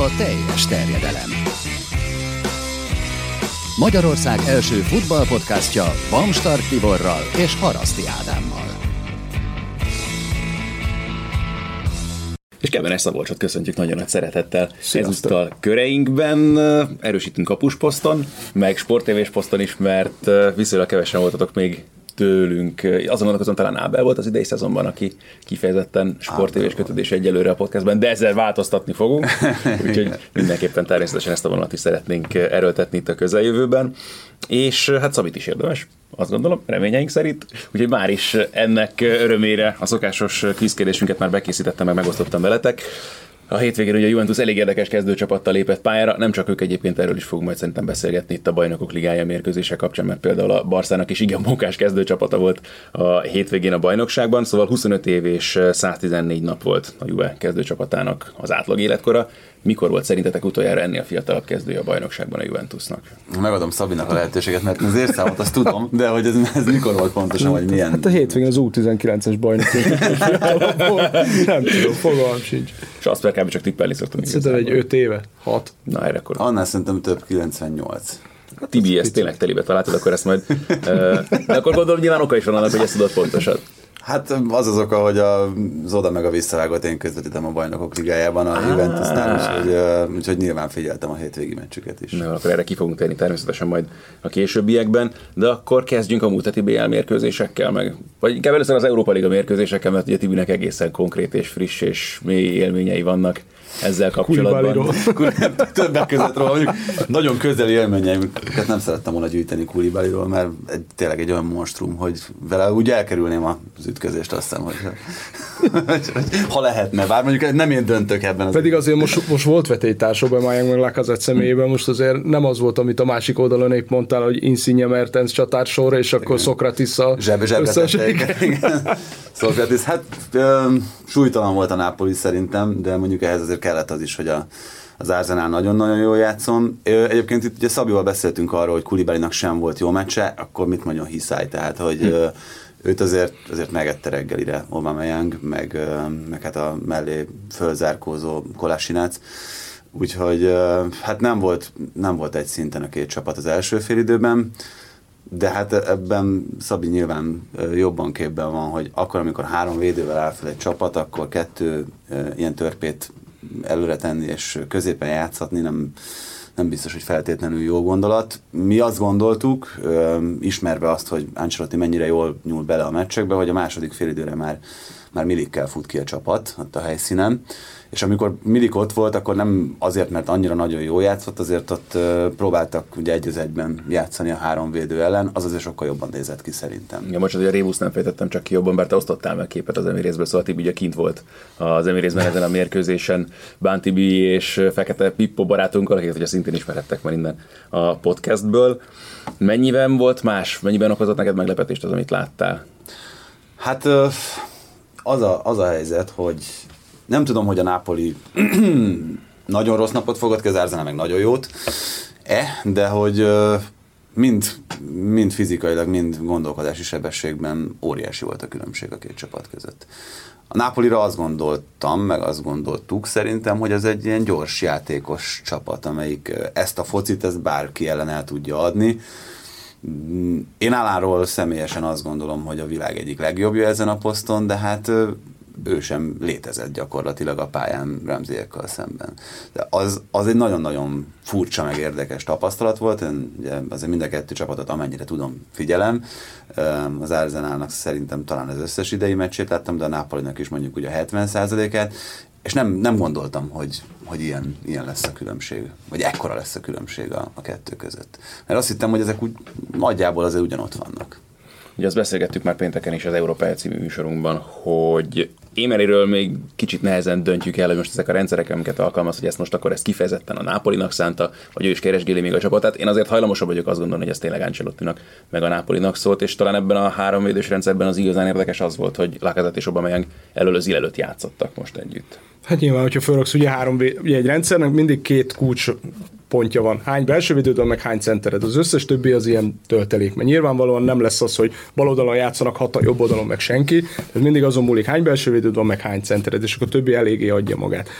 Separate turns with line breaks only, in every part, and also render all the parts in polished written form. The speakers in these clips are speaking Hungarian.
a teljes terjedelem. Magyarország első futballpodcastja Bamstart Tiborral és Haraszti Ádámmal.
És Kemenes Szabolcsot köszöntjük nagyon nagy szeretettel. Ezúttal köreinkben erősítünk kapusposzton, meg sporttévés poszton is, mert viszonylag kevesen voltatok még tőlünk. Azon gondolkozom, talán Ábel volt az idei szezonban, aki kifejezetten sporttévés kötődés egyelőre a podcastben, de ezzel változtatni fogunk. Úgyhogy mindenképpen természetesen ezt a vonalat is szeretnénk erőltetni itt a közeljövőben. És hát Szabit is érdemes, azt gondolom, reményeink szerint. Úgyhogy már is ennek örömére a szokásos kvízkérdésünket már bekészítettem, meg megosztottam veletek. A hétvégén ugye a Juventus elég érdekes kezdőcsapattal lépett pályára, nem csak ők, egyébként erről is fogunk majd szerintem beszélgetni itt a Bajnokok Ligája mérkőzése kapcsán, mert például a Barszának is igen munkás kezdőcsapata volt a hétvégén a bajnokságban, szóval 25 év és 114 nap volt a Juve kezdőcsapatának az átlag életkora. Mikor volt szerintetek utoljára ennél fiatalabb kezdője a bajnokságban a Juventusnak?
Megadom Szabinak a lehetőséget, mert az érszámot azt tudom, de hogy ez mikor volt pontosan, vagy milyen?
Hát a hétvégén az U19-es bajnok. Nem tudom, fogalmam sincs.
És azt kb. Csak tippelni szoktunk.
Szerintem egy 5 éve, 6.
Na, erre akkor.
Annál szerintem több, 98.
Tibi, ezt tényleg telibe találtad, akkor ezt majd... De akkor gondolom, nyilván oka is van annak, hogy ezt tudod pontosan.
Hát az az oka, hogy az oda meg a visszavágót én közvetítem a Bajnokok Ligájában a Juventusnál, úgyhogy nyilván figyeltem a hétvégi meccsüket is.
Na, akkor erre ki fogunk térni természetesen majd a későbbiekben, de akkor kezdjünk a múlt heti BL mérkőzésekkel, vagy inkább először az Európa Liga mérkőzésekkel, mert ugye Tibinek egészen konkrét és friss és mély élményei vannak ezzel kapcsolatban.
Többek között róla, mondjuk nagyon közeli élményeimet nem szerettem volna gyűjteni Koulibalyról, mert tényleg egy olyan monstrum, hogy vele úgy elkerülném az ütközést, azt hiszem, hogy ha lehetne, bár mondjuk nem én döntök ebben.
Pedig azért most volt vetélytárs Aubameyang meg Lacazette személyében, most azért nem az volt, amit a másik oldalon épp mondtál, hogy Insigne Mertens csatársorra, és akkor Sokratisszal
zsebre. Sokratis, hát súlytalan volt a Napoli szerintem, de mondjuk ehhez azért kellett az is, hogy az Arsenal nagyon-nagyon jól játszon. Egyébként itt ugye Szabival beszéltünk arról, hogy Koulibalynak sem volt jó meccse, akkor mit mondjon Hiszály, tehát hogy őt azért megette reggelire Aubameyang, meg hát a mellé fölzárkózó Kolasinac. Úgyhogy hát nem volt egy szinten a két csapat az első félidőben, de hát ebben Szabi nyilván jobban képben van, hogy akkor, amikor 3 védővel áll fel egy csapat, akkor 2 ilyen törpét előre tenni és középen játszhatni nem biztos, hogy feltétlenül jó gondolat. Mi azt gondoltuk, ismerve azt, hogy Ancelotti mennyire jól nyúl bele a meccsekbe, hogy a második félidőre már Milikkel fut ki a csapat ott a helyszínen, és amikor Milik ott volt, akkor nem azért, mert annyira nagyon jól játszott, azért ott próbáltak ugye 1-1-ben játszani a 3 védő ellen, az azért sokkal jobban nézett ki szerintem.
Ja, most azért a Rébuszt nem fejtettem csak ki jobban, mert te osztottál meg képet az Emirészből, szóval Tibi ugye kint volt az Emirészben ezen a mérkőzésen Bán Tibi és Fekete Pippo barátunkkal, akiket ugye szintén ismerhettek már innen a podcastből. Mennyiben volt más? Mennyiben okozott neked meglepetést az, amit láttál?
Hát az a helyzet, hogy nem tudom, hogy a Napoli nagyon rossz napot fogott ki, az Arsenal meg nagyon jót, de hogy mind fizikailag, mind gondolkodási sebességben óriási volt a különbség a két csapat között. A Napolira azt gondoltam, meg azt gondoltuk szerintem, hogy ez egy ilyen gyors játékos csapat, amelyik ezt a focit, ezt bárki ellen el tudja adni. Én Alanról személyesen azt gondolom, hogy a világ egyik legjobbja ezen a poszton, de hát ő sem létezett gyakorlatilag a pályán Ramsey-ekkel szemben. De az egy nagyon-nagyon furcsa meg érdekes tapasztalat volt, én ugye azért mind a 2 csapatot amennyire tudom figyelem, az Arsenalnak szerintem talán az összes idei meccsét láttam, de a Napolinak is mondjuk ugye a 70%-át, és nem gondoltam, hogy ilyen lesz a különbség, vagy ekkora lesz a különbség a 2 között. Mert azt hittem, hogy ezek úgy nagyjából azért ugyanott vannak.
Ugye azt beszélgettük már pénteken is az Európa című műsorunkban, hogy Emeryről még kicsit nehezen döntjük el, hogy most ezek a rendszerek, amiket alkalmaz, hogy ezt most akkor ezt kifejezetten a Napolinak szánta, vagy ő is keresgéli még a csapatát. Én azért hajlamosabb vagyok azt gondolni, hogy ez tényleg Ancelottinak meg a Napolinak szólt, és talán ebben a 3 védős rendszerben az igazán érdekes az volt, hogy Lacazette és Aubameyang előtt játszottak most együtt.
Hát nyilván, hogyha fölraksz ugye egy rendszernek mindig 2 kulcs pontja van. Hány belső védőd van, meg hány centered. Az összes többi az ilyen töltelék. Mert nyilvánvalóan nem lesz az, hogy bal oldalon játszanak 6, jobb oldalon meg senki. Ez mindig azon múlik, hány belső védőd van, meg hány centered, és akkor a többi eléggé adja magát.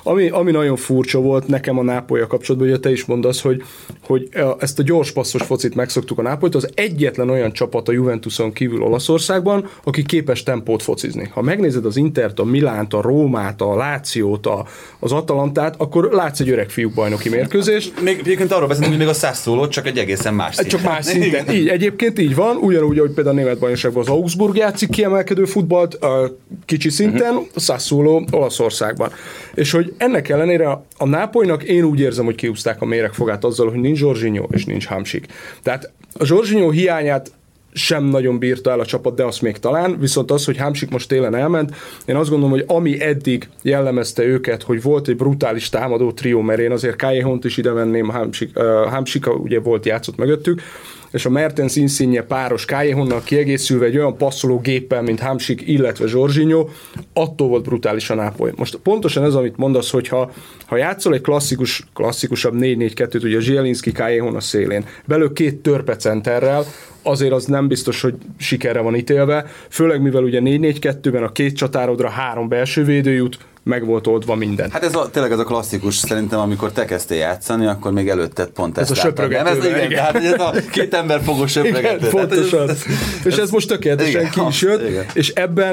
Ami nagyon furcsa volt nekem a Nápolya kapcsolatban, hogy te is mondasz, hogy ezt a gyors passzos focit megszoktuk a Nápolyt, az egyetlen olyan csapat a Juventuson kívül Olaszországban, aki képes tempót focizni. Ha megnézed az Intert, a Milánt, a Rómát, a Lációt, az Atalantát, akkor látsz egy öreg fiúk bajnoki mérkőzést.
Még egyébként arról beszélünk, hogy még a Sassuolo csak egy egészen más szinten.
Csak más szinten. Így, egyébként így van, ugyanúgy, ahogy például a német bajnokságban az Augsburg játszik kiemelkedő futballt, a kicsi szinten, a Sassuolo Olaszországban. És hogy ennek ellenére a Nápolynak én úgy érzem, hogy kiúzták a méregfogát azzal, hogy nincs Jorginho és nincs Hamsik. Tehát a Jorginho hiányát sem nagyon bírta el a csapat, de azt még talán, viszont az, hogy Hamsik most télen elment, én azt gondolom, hogy ami eddig jellemezte őket, hogy volt egy brutális támadó trió, mert én azért Callejont is ide venném, Hamsik ugye volt játszott mögöttük, és a Mertens Insigne páros Callejonnal kiegészülve egy olyan passzoló géppel, mint Hamsik, illetve Jorginho, attól volt brutális a Nápoly. Most pontosan ez, amit mondasz, hogy ha játszol egy klasszikusabb 4-4-2-t, ugye a Zielinski Callejon a szélén, belül 2 törpecenterrel, azért az nem biztos, hogy sikerre van ítélve, főleg mivel ugye 4-4-2-ben a 2 csatárodra 3 belső védő jut, meg volt oldva minden.
Hát tényleg ez a klasszikus, szerintem amikor te kezdtél játszani, akkor még előtted pont ezt
ez a söprögető.
Igen, tehát ez a 2 ember fogó söprögető.
Pontosan. És ez most tökéletesen ki is jött, és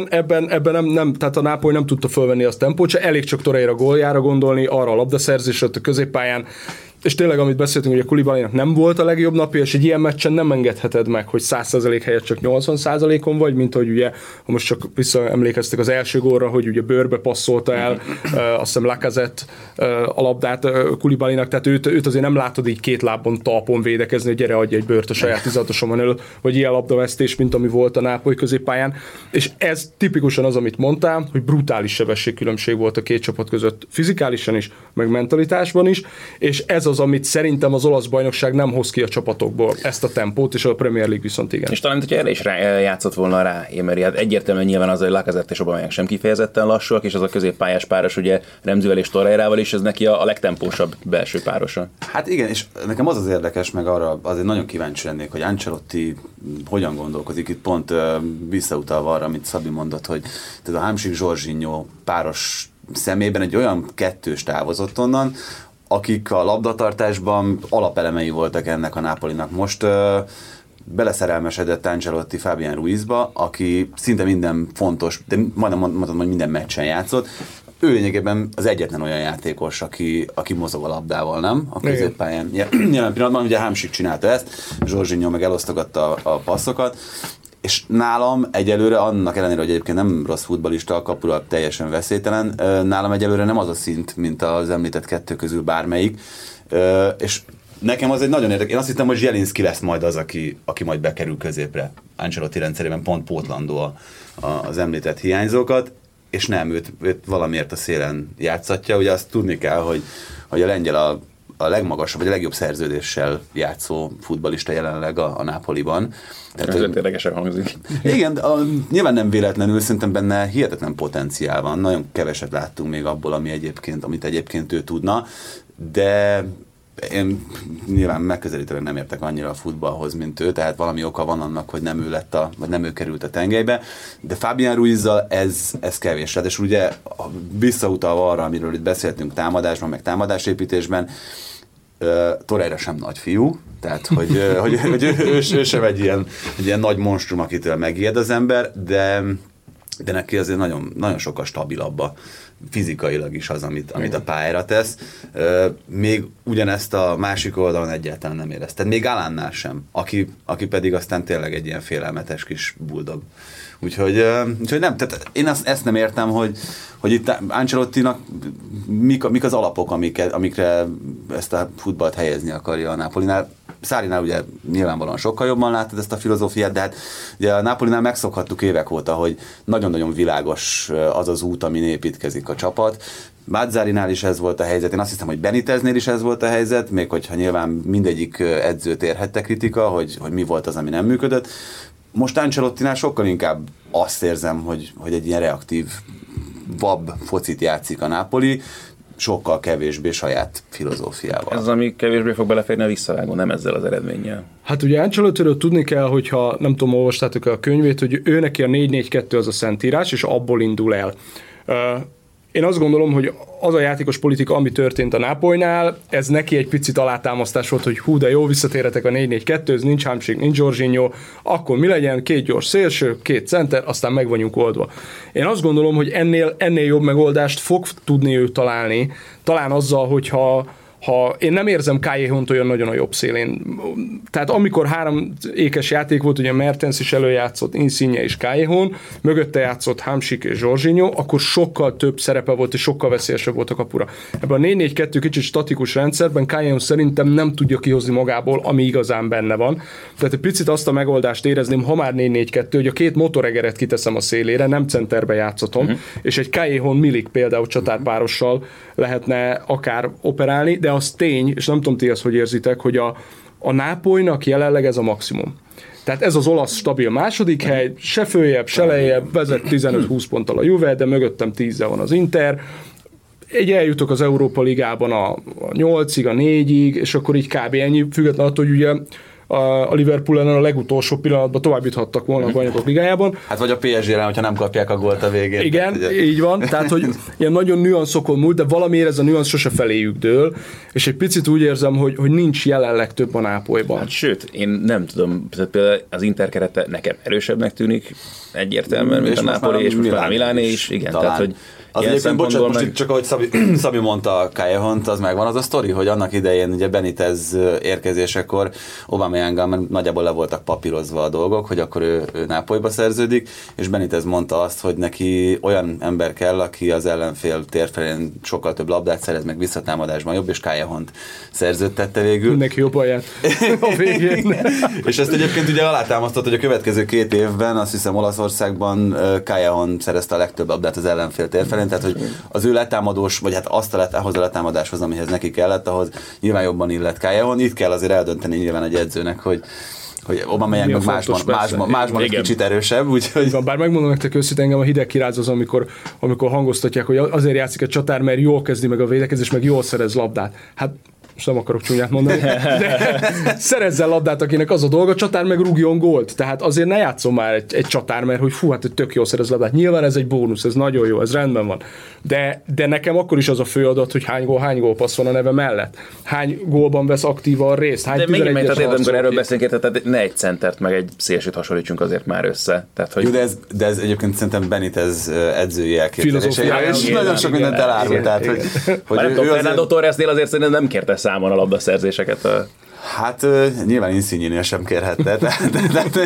ebben nem, tehát a Nápoly nem tudta fölvenni azt tempót, se elég csak Torreira góljára gondolni, arra a labdaszerzésre a középpályán, és tényleg, amit beszéltünk, hogy a Koulibalynak nem volt a legjobb napja, és egy ilyen meccsen nem engedheted meg, hogy 100% helyett csak 80%-on vagy, mint hogy ugye, ha most csak visszaemlékeztek az első gólra, hogy ugye bőrbe passzolta el, azt hiszem Lacazette a labdát Koulibalynak, tehát őt azért nem látod így 2 lábon talpon védekezni, hogy gyere, adj egy bőrt a saját 16-oson előtt, vagy ilyen labdavesztés, mint ami volt a Nápoly középpályán. És ez tipikusan az, amit mondtál, hogy brutális sebességkülönbség volt a 2 csapat között fizikálisan is, meg mentalitásban is, és ez az, amit szerintem az olasz bajnokság nem hoz ki a csapatokból, ezt a tempót, és a Premier League viszont igen.
És talán, hogyha erre is játszott volna rá Emery, hát egyértelműen nyilván az, hogy Lacazette és Aubameyang sem kifejezetten lassúak, és az a középpályás páros, ugye Remzivel és Torreirával is, ez neki a legtempósabb belső párosa.
Hát igen, és nekem az érdekes, meg arra azért nagyon kíváncsi lennék, hogy Ancelotti hogyan gondolkozik, itt pont visszautalva arra, amit Szabi mondott, hogy tehát a Hamsik Jorginho páros szemében egy olyan kettős távozott onnan, akik a labdatartásban alapelemei voltak ennek a Napolinak. Most beleszerelmesedett Ancelotti Fabian Ruizba, aki szinte minden fontos, de majdnem mondhatom, hogy minden meccsen játszott. Ő lényegében az egyetlen olyan játékos, aki mozog a labdával, nem? A középpályán. Jelen pillanatban ugye Hamsik csinálta ezt, Jorginho meg elosztogatta a passzokat, és nálam egyelőre, annak ellenére, hogy egyébként nem rossz futballista, a kapura teljesen veszélytelen, nálam egyelőre nem az a szint, mint az említett 2 közül bármelyik, és nekem az egy nagyon érdekes. Én azt hittem, hogy Zielinski lesz majd az, aki majd bekerül középre. Ancelotti rendszerében pont pótlandó az említett hiányzókat, és nem, őt valamiért a szélen játszatja. Ugye azt tudni kell, hogy a lengyel a legmagasabb, vagy a legjobb szerződéssel játszó futballista jelenleg a Nápoliban.
Tehát, ez érdekesen hangzik.
Igen, nyilván nem véletlenül, szerintem benne hihetetlen potenciál van. Nagyon keveset láttunk még abból, amit egyébként ő tudna, de én nyilván megközelítőleg nem értek annyira a futballhoz, mint ő, tehát valami oka van annak, hogy nem ő lett vagy nem ő került a tengelybe, de Fabian Ruizzal ez kevés. És ugye visszautalva arra, amiről itt beszéltünk támadásban, meg támadásépítésben, Torreira sem nagy fiú, tehát hogy ő sem egy ilyen nagy monstrum, akitől megijed az ember, de neki azért nagyon, nagyon sokkal stabilabb fizikailag is az, amit a pályára tesz. Még ugyanezt a másik oldalon egyáltalán nem érezted. Még Alánnál sem, aki pedig aztán tényleg egy ilyen félelmetes kis buldog. Úgyhogy nem, tehát én ezt nem értem, hogy itt Ancelottinak mik az alapok, amikre ezt a futballt helyezni akarja a Napolinál. Sarrinál ugye nyilvánvalóan sokkal jobban láttad ezt a filozófiát, de hát ugye a Napolinál megszokhattuk évek óta, hogy nagyon-nagyon világos az az út, amin építkezik a csapat. Mazzarinál is ez volt a helyzet, én azt hiszem, hogy Beniteznél is ez volt a helyzet, még hogyha nyilván mindegyik edzőt érhette kritika, hogy mi volt az, ami nem működött. Most Ancelottinál sokkal inkább azt érzem, hogy egy ilyen reaktív vab focit játszik a Napoli, sokkal kevésbé saját filozófiával.
Ez, ami kevésbé fog beleférni a visszavágó, nem ezzel az eredménnyel.
Hát ugye Ancelottiről tudni kell, hogyha nem tudom, olvastátok a könyvét, hogy ő neki a 4-4-2 az a szentírás, és abból indul el. Én azt gondolom, hogy az a játékos politika, ami történt a Nápolynál, ez neki egy picit alátámasztás volt, hogy hú, de jó, visszatérhetek a 4-4-2-höz, nincs Hamsik, nincs Jorginho, akkor mi legyen, 2 gyors szélső, 2 center, aztán meg vagyunk oldva. Én azt gondolom, hogy ennél jobb megoldást fog tudni ő találni, talán azzal, hogyha én nem érzem Callejon-t olyan nagyon a jobb szélén. Tehát amikor 3 ékes játék volt, ugye Mertens is előjátszott, Insigne és Callejon, mögötte játszott Hamsik és Jorginho, akkor sokkal több szerepe volt, és sokkal veszélyesebb volt a kapura. Ebben a 4-4-2 kicsit statikus rendszerben Callejon szerintem nem tudja kihozni magából, ami igazán benne van. Tehát egy picit azt a megoldást érezném, ha már 4-4-2, hogy a 2 motoregeret kiteszem a szélére, nem centerbe játszatom, és egy Callejon Milik például csatárpárossal lehetne akár operálni, de az tény, és nem tudom ti ezt, hogy érzitek, hogy a Nápolynak jelenleg ez a maximum. Tehát ez az olasz stabil második hely, se följebb, se lejjebb, vezet 15-20 ponttal a Juve, de mögöttem 10-zel van az Inter. Így eljutok az Európa Ligában a 8-ig, a 4-ig, és akkor így kb. Ennyi, függetlenül attól, hogy ugye a Liverpool ellen a legutolsó pillanatban tovább juthattak volna a Bajnokok Ligájában.
Hát vagy a PSG-ren, hogyha nem kapják a gólt a végén.
Igen, így van. Tehát, hogy ilyen nagyon nüanszokon múlt, de valamiért ez a nüansz sose feléjük dől, és egy picit úgy érzem, hogy nincs jelenleg több a Nápolyban.
Hát sőt, én nem tudom, például az Inter kerete nekem erősebbnek tűnik egyértelműen, mint a Napoli, és most már a Miláné is. Igen,
talán. Tehát, hogy az egyébként, bocsánat, most csak ahogy Szabi mondta a Callejont, az megvan az a sztori, hogy annak idején ugye Benitez érkezésekor Aubameyanggal nagyjából le voltak papírozva a dolgok, hogy akkor ő Nápolyba szerződik, és Benitez mondta azt, hogy neki olyan ember kell, aki az ellenfél térfelén sokkal több labdát szerez, meg visszatámadásban jobb, és Callejont szerződtette végül.
Mindenki jobb aját a végén.
És ezt egyébként ugye alátámasztott, hogy a következő 2 évben, azt hiszem Olaszországban Callejon szerezte a legtöbb labdát az ellenfél térfelén, tehát hogy az ő letámadós, vagy hát ahhoz a letámadáshoz, amihez neki kellett, ahhoz nyilván jobban illet Callejon. Itt kell azért eldönteni nyilván egy edzőnek, hogy Aubameyang másban egy kicsit erősebb, úgyhogy...
Igen, bár megmondom nektek őszintén, engem a hideg kiráz az, amikor hangoztatják, hogy azért játszik a csatár, mert jól kezdi meg a védekezés, meg jól szerez labdát. Hát most nem akarok csúnyát mondani, de szerezzen labdát, akinek az a dolga, csatár meg rúgjon gólt. Tehát azért ne játszom már egy csatár, mert hogy fú, hát tök jól szerez labdát. Nyilván ez egy bónusz, ez nagyon jó, ez rendben van. De nekem akkor is az a fő adat, hogy hány gól passz van a neve mellett. Hány gólban vesz aktívan részt. Hány
de még amikor erről beszélünk, tehát ne egy centert, meg egy szélsőt hasonlítsunk azért már össze. Tehát, hogy...
Jó, de ez egyébként szerintem Benitez edzői elképzelése. És nagyon sok mindent elárul. Tehát,
hogy Fernando Torresnél azért szerintem nem kérte számon a labdaszerzéseket.
Hát nyilván Insigne-nél sem kérhette, tehát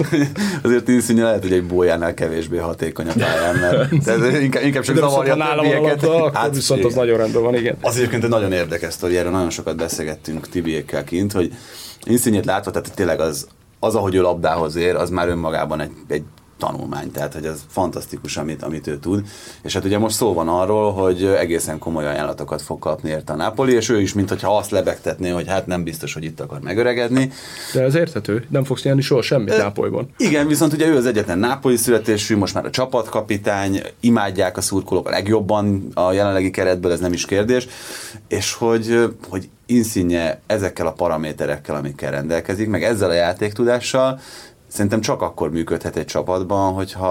azért Insigne lehet, hogy egy Bójánál kevésbé hatékony a pályán, mert inkább csak zavarja a többieket.
Akkor viszont az nagyon rendben van, igen.
Az egyébként egy nagyon érdekes sztori, erről nagyon sokat beszélgettünk Tibiékkel kint, hogy Insigne-t látva, tehát tényleg az ahogy ő labdához ér, az már önmagában egy tanulmány, tehát hogy ez fantasztikus, amit ő tud. És hát ugye most szó van arról, hogy egészen komoly ajánlatokat fog kapni érte a Napoli, és ő is, mintha azt lebegtetné, hogy hát nem biztos, hogy itt akar megöregedni.
De ez érthető, nem fogsz nyerni soha semmit Nápolyban.
Igen, viszont ugye ő az egyetlen nápolyi születésű, most már a csapatkapitány, imádják a szurkolók a legjobban a jelenlegi keretből, ez nem is kérdés, és hogy Insigne ezekkel a paraméterekkel, amikkel rendelkezik, meg ezzel a játéktudással, szerintem csak akkor működhet egy csapatban,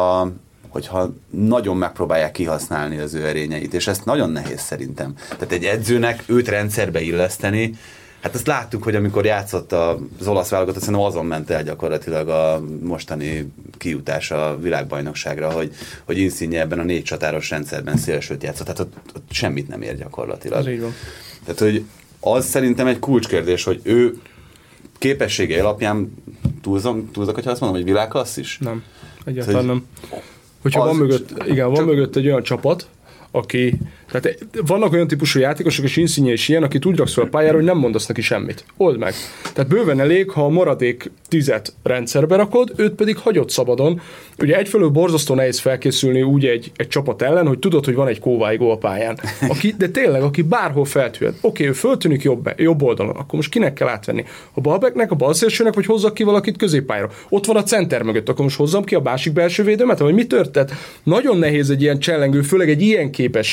hogyha nagyon megpróbálják kihasználni az ő erényeit, és ezt nagyon nehéz szerintem. Tehát egy edzőnek őt rendszerbe illeszteni, hát azt láttuk, hogy amikor játszott az olasz válogatott, szerintem azon ment el gyakorlatilag a mostani kijutás a világbajnokságra, hogy Insigne ebben a 4 csatáros rendszerben szélsőt játszott, tehát ott semmit nem ér gyakorlatilag.
Ez így van.
Tehát, hogy az szerintem egy kulcskérdés, hogy ő képességei alapján túlzok, hogyha azt mondom, hogy világklasszis?
Nem, egyáltalán nem. Hogyha van mögött egy olyan csapat, aki, tehát vannak olyan típusú játékosok, és Insigne is ilyen, akit úgy raksz fel a pályára, hogy nem mondasz neki semmit. Old meg. Tehát bőven elég, ha a maradék 10 rendszerbe rakod, őt pedig hagyod szabadon. Ugye egyfelől borzasztó nehéz felkészülni úgy egy csapat ellen, hogy tudod, hogy van egy kóváigó a pályán. De tényleg, aki bárhol feltűhet. Oké, ő föltűnik jobb oldalon, akkor most kinek kell átvenni? A balbacknek, a balszélsőnek, vagy hozzak ki valakit középpályára? Ott van a center mögött, akkor most hozzam ki a másik belső védőmet, vagy mi történt? Nagyon nehéz egy ilyen csellengő, főleg egy ilyen képességű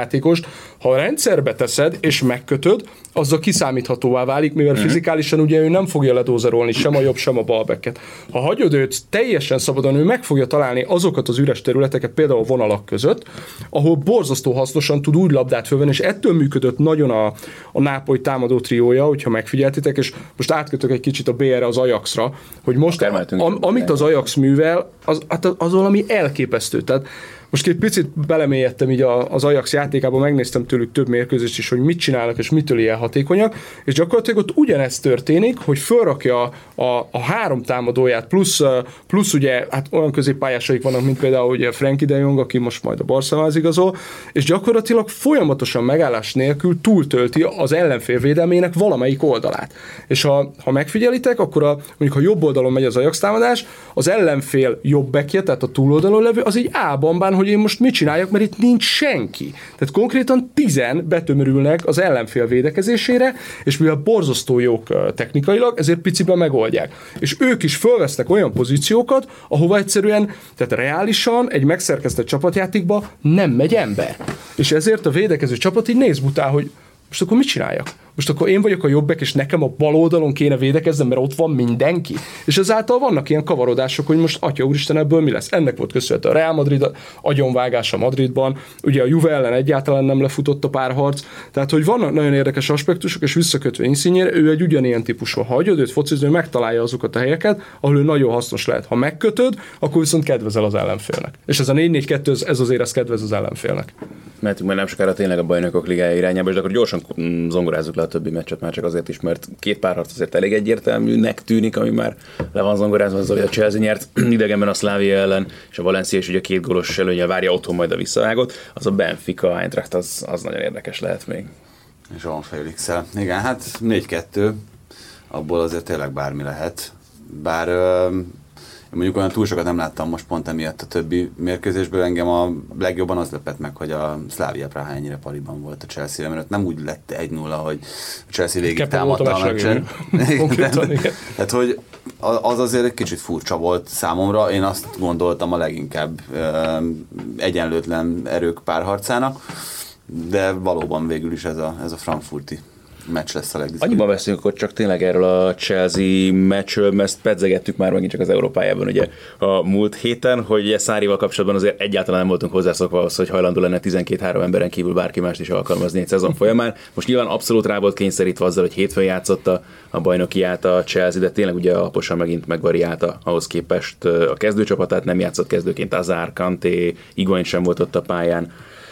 játékost, ha a rendszerbe teszed és megkötöd, azzal kiszámíthatóvá válik, mivel fizikálisan ugye ő nem fogja ledózerolni sem a jobb, sem a balbeket. Ha hagyod őt teljesen szabadon, ő meg fogja találni azokat az üres területeket, például a vonalak között, ahol borzasztó hasznosan tud úgy labdát fölvenni, és ettől működött nagyon a Nápoly támadó triója, hogyha megfigyeltitek, és most átkötök egy kicsit a BR-re, az Ajaxra, hogy most amit az Ajax művel, az valami elképesztő. Tehát most egy picit belemélyedtem így az Ajax játékában, megnéztem tőlük több mérkőzést is, hogy mit csinálnak és mitől ilyen hatékonyak, és gyakorlatilag ott ugyanezt történik, hogy fölrakja a három támadóját, plusz ugye hát olyan középpályásaik vannak, mint például ugye Frenkie de Jong, aki most majd a Barcelonához igazol, és gyakorlatilag folyamatosan megállás nélkül túltölti az ellenfél védelmének valamelyik oldalát. És ha megfigyelitek, akkor mondjuk ha jobb oldalon megy az Ajax támadás, az ellenfél jobb backje, tehát a túloldalon levő, az így A-bambán, hogy én most mit csináljak, mert itt nincs senki. Tehát konkrétan 10 betömörülnek az ellenfél védekezésére, és mivel borzasztó jók technikailag, ezért piciben megoldják. És ők is fölvesznek olyan pozíciókat, ahova egyszerűen, tehát reálisan egy megszerkesztett csapatjátékba nem megy ember. És ezért a védekező csapat így nézbutál, hogy most akkor mit csináljak? Most akkor én vagyok a jobbek, és nekem a bal oldalon kéne védekeznem, mert ott van mindenki. És ezáltal vannak ilyen kavarodások, hogy most atya úristen, ebből mi lesz? Ennek volt köszönhető a Real Madrid agyonvágása Madridban, ugye a Juve ellen egyáltalán nem lefutott a párharc, tehát hogy vannak nagyon érdekes aspektusok, és visszakötve Insigne, ő egy ugyanilyen típusú, ha hagyod őt focizni, megtalálja azokat a helyeket, ahol ő nagyon hasznos lehet. Ha megkötöd, akkor viszont kedvezel az ellenfélnek. És ez a 4-4-2, ez azért kedvez az ellenfélnek.
Mehetünk majd nem sokára tényleg a Bajnokok Ligája irányába, és akkor gyorsan zongorázzuk le a többi meccset már csak azért is, mert két párharc azért elég egyértelműnek tűnik, ami már le van zongorázva, az, hogy a Chelsea nyert idegenben a Slavia ellen, és a Valencia is ugye 2 gólos előnnyel várja otthon majd a visszavágot, az a Benfica Eintracht az nagyon érdekes lehet még.
És João Félix-el. Igen, hát 4-2, abból azért tényleg bármi lehet. Bár mondjuk olyan túl sokat nem láttam most pont emiatt a többi mérkőzésből, engem a legjobban az lepett meg, hogy a Slavia Praha ennyire pariban volt a Chelsea-vel, mert ott nem úgy lett 1-0, hogy a Chelsea végig támadta a meccsen. Tehát, hogy az azért egy kicsit furcsa volt számomra, én azt gondoltam a leginkább egyenlőtlen erők párharcának, de valóban végül is ez a frankfurti meccs lesz a legizgalmasabb.
Annyiban beszélünk akkor csak tényleg erről a Chelsea meccsről, mert ezt pedzegettük már megint csak az Európájában ugye a múlt héten, hogy Sarrival kapcsolatban azért egyáltalán nem voltunk hozzászokva ahhoz, hogy hajlandó lenne 12-3 emberen kívül bárki mást is alkalmazni egy szezon folyamán. Most nyilván abszolút rá volt kényszerítve azzal, hogy hétfőn játszotta a bajnokiát a Chelsea, de tényleg ugye alaposan megint megvariálta ahhoz képest a kezdőcsapatát, nem játszott kezdőként Hazard, Kanté, Higuain sem volt ott a pályán.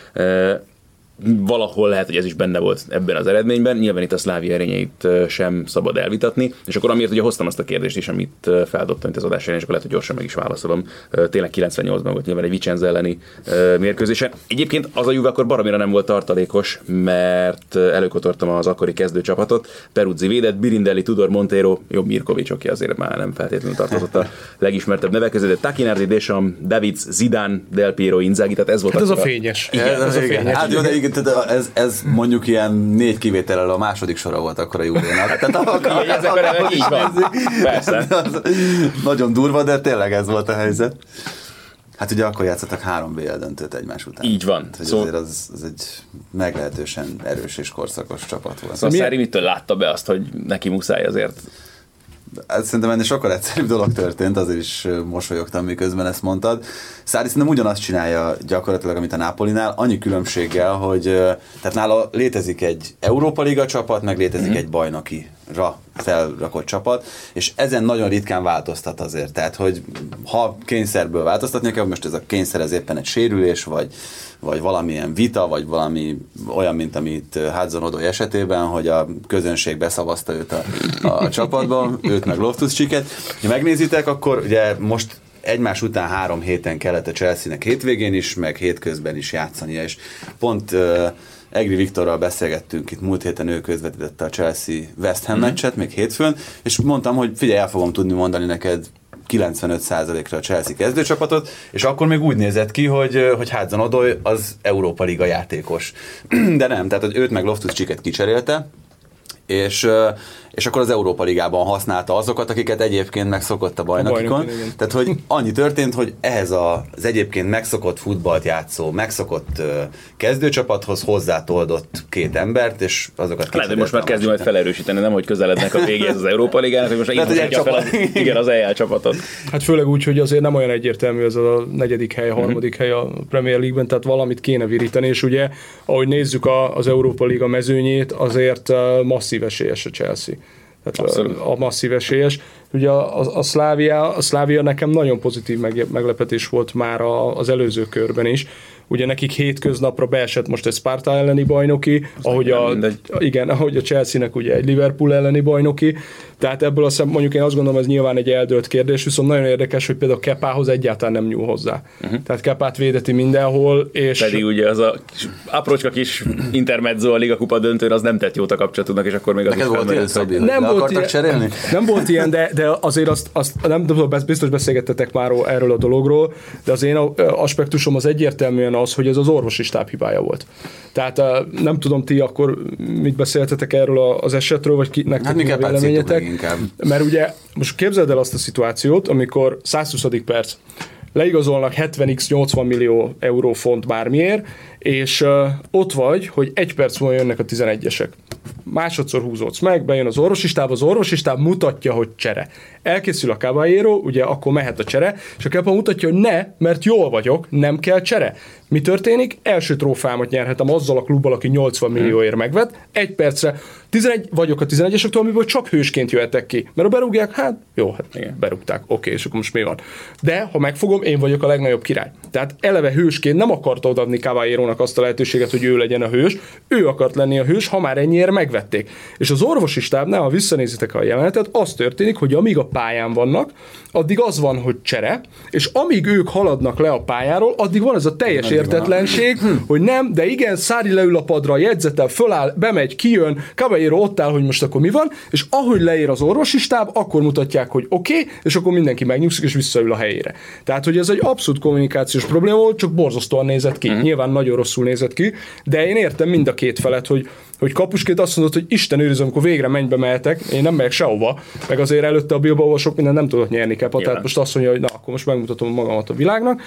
Valahol lehet, hogy ez is benne volt ebben az eredményben, nyilván itt a Slavia erényeit sem szabad elvitatni, és akkor amiért ugye hoztam azt a kérdést is, amit feldobtam itt az adás elején, és akkor lehet, hogy gyorsan meg is válaszolom. Tényleg 98-ban volt nyilván egy Vicenza elleni mérkőzésen. Egyébként az a Juve akkor baromira nem volt tartalékos, mert előkotortam az akkori kezdőcsapatot. Peruzzi védett, Birindelli, Tudor, Montero, jobb Mirkovic, aki azért már nem feltétlenül tartozott a legismertebb nevek közé, de Takinardi, Deschamps, Davids, Zidane, Del Piero, Inzaghi, tehát ez volt
ez a fényes.
Igen, ez a fényes.
Hát jó, de igen, ez mondjuk ilyen 4 kivétellel a második sora volt akkor a Juvénak. Tehát
ezek a nevek így van. Persze.
Nagyon durva, de tényleg ez volt a helyzet. Hát ugye akkor játszottak 3 BL döntőt egymás után.
Így van.
Szóval azért az egy meglehetősen erős és korszakos csapat volt.
Szóval Sarri mitől látta be azt, hogy neki muszáj azért?
Szerintem ennél sokkal egyszerűbb dolog történt, azért is mosolyogtam, miközben ezt mondtad. Sarri szerintem ugyanazt csinálja gyakorlatilag, amit a Napolinál, annyi különbséggel, hogy tehát nála létezik egy Európa Liga csapat, meg létezik egy bajnokira felrakott csapat, és ezen nagyon ritkán változtat azért. Tehát, hogy ha kényszerből változtatni kell, most ez a kényszer ez éppen egy sérülés, vagy valamilyen vita, vagy valami olyan, mint amit Hudson-Odoi esetében, hogy a közönség beszavazta őt a csapatba, őt meg Loftus-Cheeket. Ha megnézitek, akkor ugye most egymás után 3 héten kellett a Chelsea-nek hétvégén is, meg hétközben is játszania, és pont Egri Viktorral beszélgettünk itt múlt héten, ő közvetítette a Chelsea West Ham meccset, még hétfőn, és mondtam, hogy figyelj, el fogom tudni mondani neked 95%-ra a Chelsea kezdőcsapatot, és akkor még úgy nézett ki, hogy Hudson-Odoi az Európa Liga játékos. De nem, tehát hogy őt meg Loftus-Cheeket kicserélte, és és akkor az Európa Ligában használta azokat, akiket egyébként megszokott a bajnokikon. Tehát, hogy annyi történt, hogy ehhez az egyébként megszokott futballt játszó, megszokott kezdőcsapathoz hozzátoldott 2 embert, és azokat
lehet, hogy most már kezdjük majd felerősíteni, nem hogy közelednek a végéhez az Európa Ligának, hogy most indítja fel az EL csapatot.
Hát főleg úgy, hogy azért nem olyan egyértelmű ez a 4. hely, a 3. hely a Premier League-ben, tehát valamit kéne virítani, és ugye, ahogy nézzük az Európa Liga mezőnyét, azért masszív esélyes a Chelsea. Tehát a masszív esélyes. Ugye a Slavia nekem nagyon pozitív meglepetés volt már az előző körben is. Ugye nekik hétköznapra beesett most egy Sparta elleni bajnoki, ahogy a Chelsea-nek ugye egy Liverpool elleni bajnoki. Tehát ebből mondjuk én azt gondolom, ez nyilván egy eldőlt kérdés, viszont nagyon érdekes, hogy például Kepához egyáltalán nem nyúl hozzá. Tehát Kepát védeti mindenhol, és...
Pedig ugye az a aprócska kis intermezzo a Liga Kupa döntőn, az nem tett jót a kapcsolatunk, és akkor még az is felmerült, hogy
nem volt ilyen, de azért azt nem tudom, biztos beszélgettetek már erről a dologról, de az én aspektusom az egyértelműen az, hogy ez az orvosi stáb hibája volt. Tehát nem tudom, ti akkor mit beszéltetek erről az esetről, vagy nektek mi a véleményetek? Mert ugye most képzeld el azt a szituációt, amikor 120. perc leigazolnak 70x 80 millió euró font bármiért, és ott vagy, hogy 1 perc múlva jönnek a 11-esek. Másodszor húzódsz meg, bejön az orvosi stáb mutatja, hogy csere. Elkészül a Caballero, ugye akkor mehet a csere, és a Kepa mutatja, hogy ne, mert jól vagyok, nem kell csere. Mi történik? Első trófámat nyerhetem azzal a klubbal, aki 80 millióért megvett, 1 percre 11 vagyok a 11-esektől, amiből csak hősként jöhetek ki. Mert ha berúgják, hát jó, hát berúgták, oké, és akkor most mi van? De ha megfogom, én vagyok a legnagyobb király. Tehát eleve hősként nem akarta odaadni Caballerónak azt a lehetőséget, hogy ő legyen a hős, ő akart lenni a hős, ha már ennyiért megvették. És az orvosi stábnál, ha visszanézitek a jelenetet, az történik, hogy amíg a pályán vannak, addig az van, hogy csere, és amíg ők haladnak le a pályáról, addig van ez a teljes értetlenség, hogy nem, de igen, Sarri leül a padra, jegyzetel, föláll, bemegy, kijön, Caballero ott áll, hogy most akkor mi van, és ahogy leér az orvosi stáb, akkor mutatják, hogy oké, és akkor mindenki megnyugszik, és visszaül a helyére. Tehát, hogy ez egy abszolút kommunikációs probléma volt, csak borzasztóan nézett ki. Nyilván nagyon rosszul nézett ki, de én értem mind a két felet, hogy kapusként azt mondod, hogy Isten őrizem, amikor végre mennybe mehetek, én nem megyek sehova, meg azért előtte a Bilbaóval sok minden nem tudott nyerni Kepa, tehát most azt mondja, hogy na, akkor most megmutatom magamat a világnak,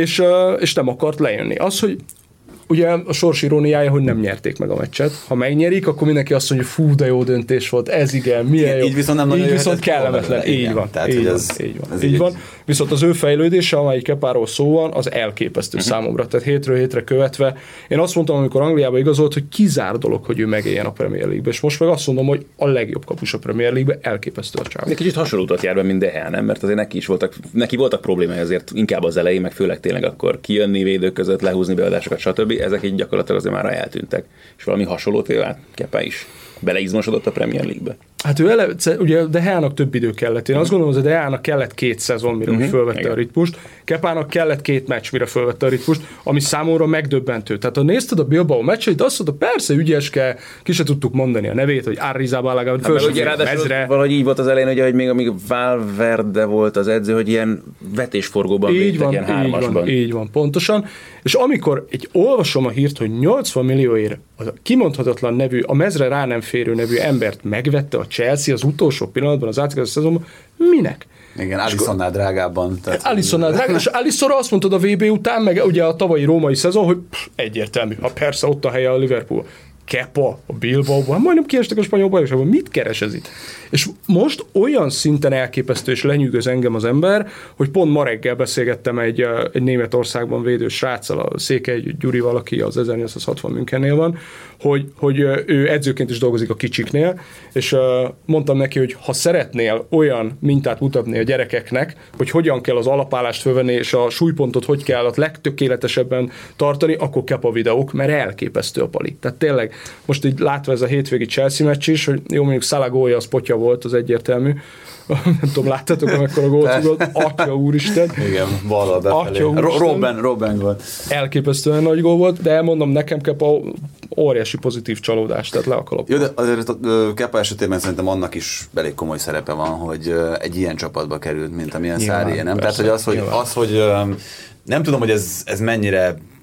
és nem akart lejönni. Az, hogy ugye a sors iróniája, hogy nem nyerték meg a meccset. Ha megnyerik, akkor mindenki azt mondja, fú, de jó döntés volt, ez igen, milyen jó.
Így viszont nem nagyon
viszont kellemetlen. Így van.
Tehát,
így van. Viszont az ő fejlődése, amelyik Kepáról szó van, az elképesztő számomra. Tehát hétről hétre követve. Én azt mondtam, amikor Angliába igazolt, hogy kizár dolog, hogy ő megéljen a Premier League-be. És most meg azt mondom, hogy a legjobb kapus a Premier League-be, elképesztő a csáv.
Egy kicsit hasonló utat jár be, mint De Gea, nem? Mert azért neki voltak problémái azért inkább az elején, meg főleg tényleg akkor kijönni védők között, lehúzni beadásokat, stb. Ezek így gyakorlatilag azért már eltűntek. És valami hasonlót él Kepa is beleizmosodott a Premier League-be.
Hát ő ugye De Geának több idő kellett. Én azt gondolom, hogy De Geának kellett 2 szezon, mire fölvette a ritmust. Kepának kellett 2 meccs, mire fölvette a ritmust, ami számomra megdöbbentő. Tehát ha nézted a Bilbao meccseit, azt mondta, persze ügyeske, ki se tudtuk mondani a nevét, hogy Arrizabalaga, hogy
fölsőzre. Valahogy így volt az elején, ugye, hogy még amíg Valverde volt az edző, hogy ilyen vetésforgóban védtek, ilyen hármasban.
Így van, pontosan. És amikor olvasom a hírt, hogy 80 millióért a kimondhatatlan nevű, a mezre rá nem férő nevű embert megvette a Chelsea az utolsó pillanatban, az átkező szezonban, minek?
Igen, Alissonnál drágábban.
Alissonnál drágábban, és Alissonra azt mondtad a VB után, meg ugye a tavalyi római szezon, hogy egyértelmű, ha persze ott a helye a Liverpool. Kepa, a Bilbaóban, majdnem kiestek a spanyol bajnokságban, mit keres ez itt? És most olyan szinten elképesztő és lenyűgöz engem az ember, hogy pont ma reggel beszélgettem egy Németországban védő sráccal, a Székely Gyurival, aki az 1860 Münchennél van, hogy ő edzőként is dolgozik a kicsiknél, és mondtam neki, hogy ha szeretnél olyan mintát mutatni a gyerekeknek, hogy hogyan kell az alapállást fölvenni, és a súlypontot hogy kell a legtökéletesebben tartani, akkor Kepa videók, mert elképesztő a pali. Tehát tényleg, most így látva ez a hétvégi Chelsea meccs is, hogy jó, mondjuk Salah gólja az potya volt, az egyértelmű. Nem tudom, láttatok, amikor a gólt volt? Atya úristen.
Igen, ballal befelé. Robben volt.
Elképesztően nagy gól volt, de elmondom, nekem Kepa óriási pozitív csalódás, tehát le a kalap.
Jó, de azért a Kepa esetében szerintem annak is elég komoly szerepe van, hogy egy ilyen csapatba került, mint amilyen Sarri, nem? Tehát, hogy az, hogy nem tudom, hogy ez mennyire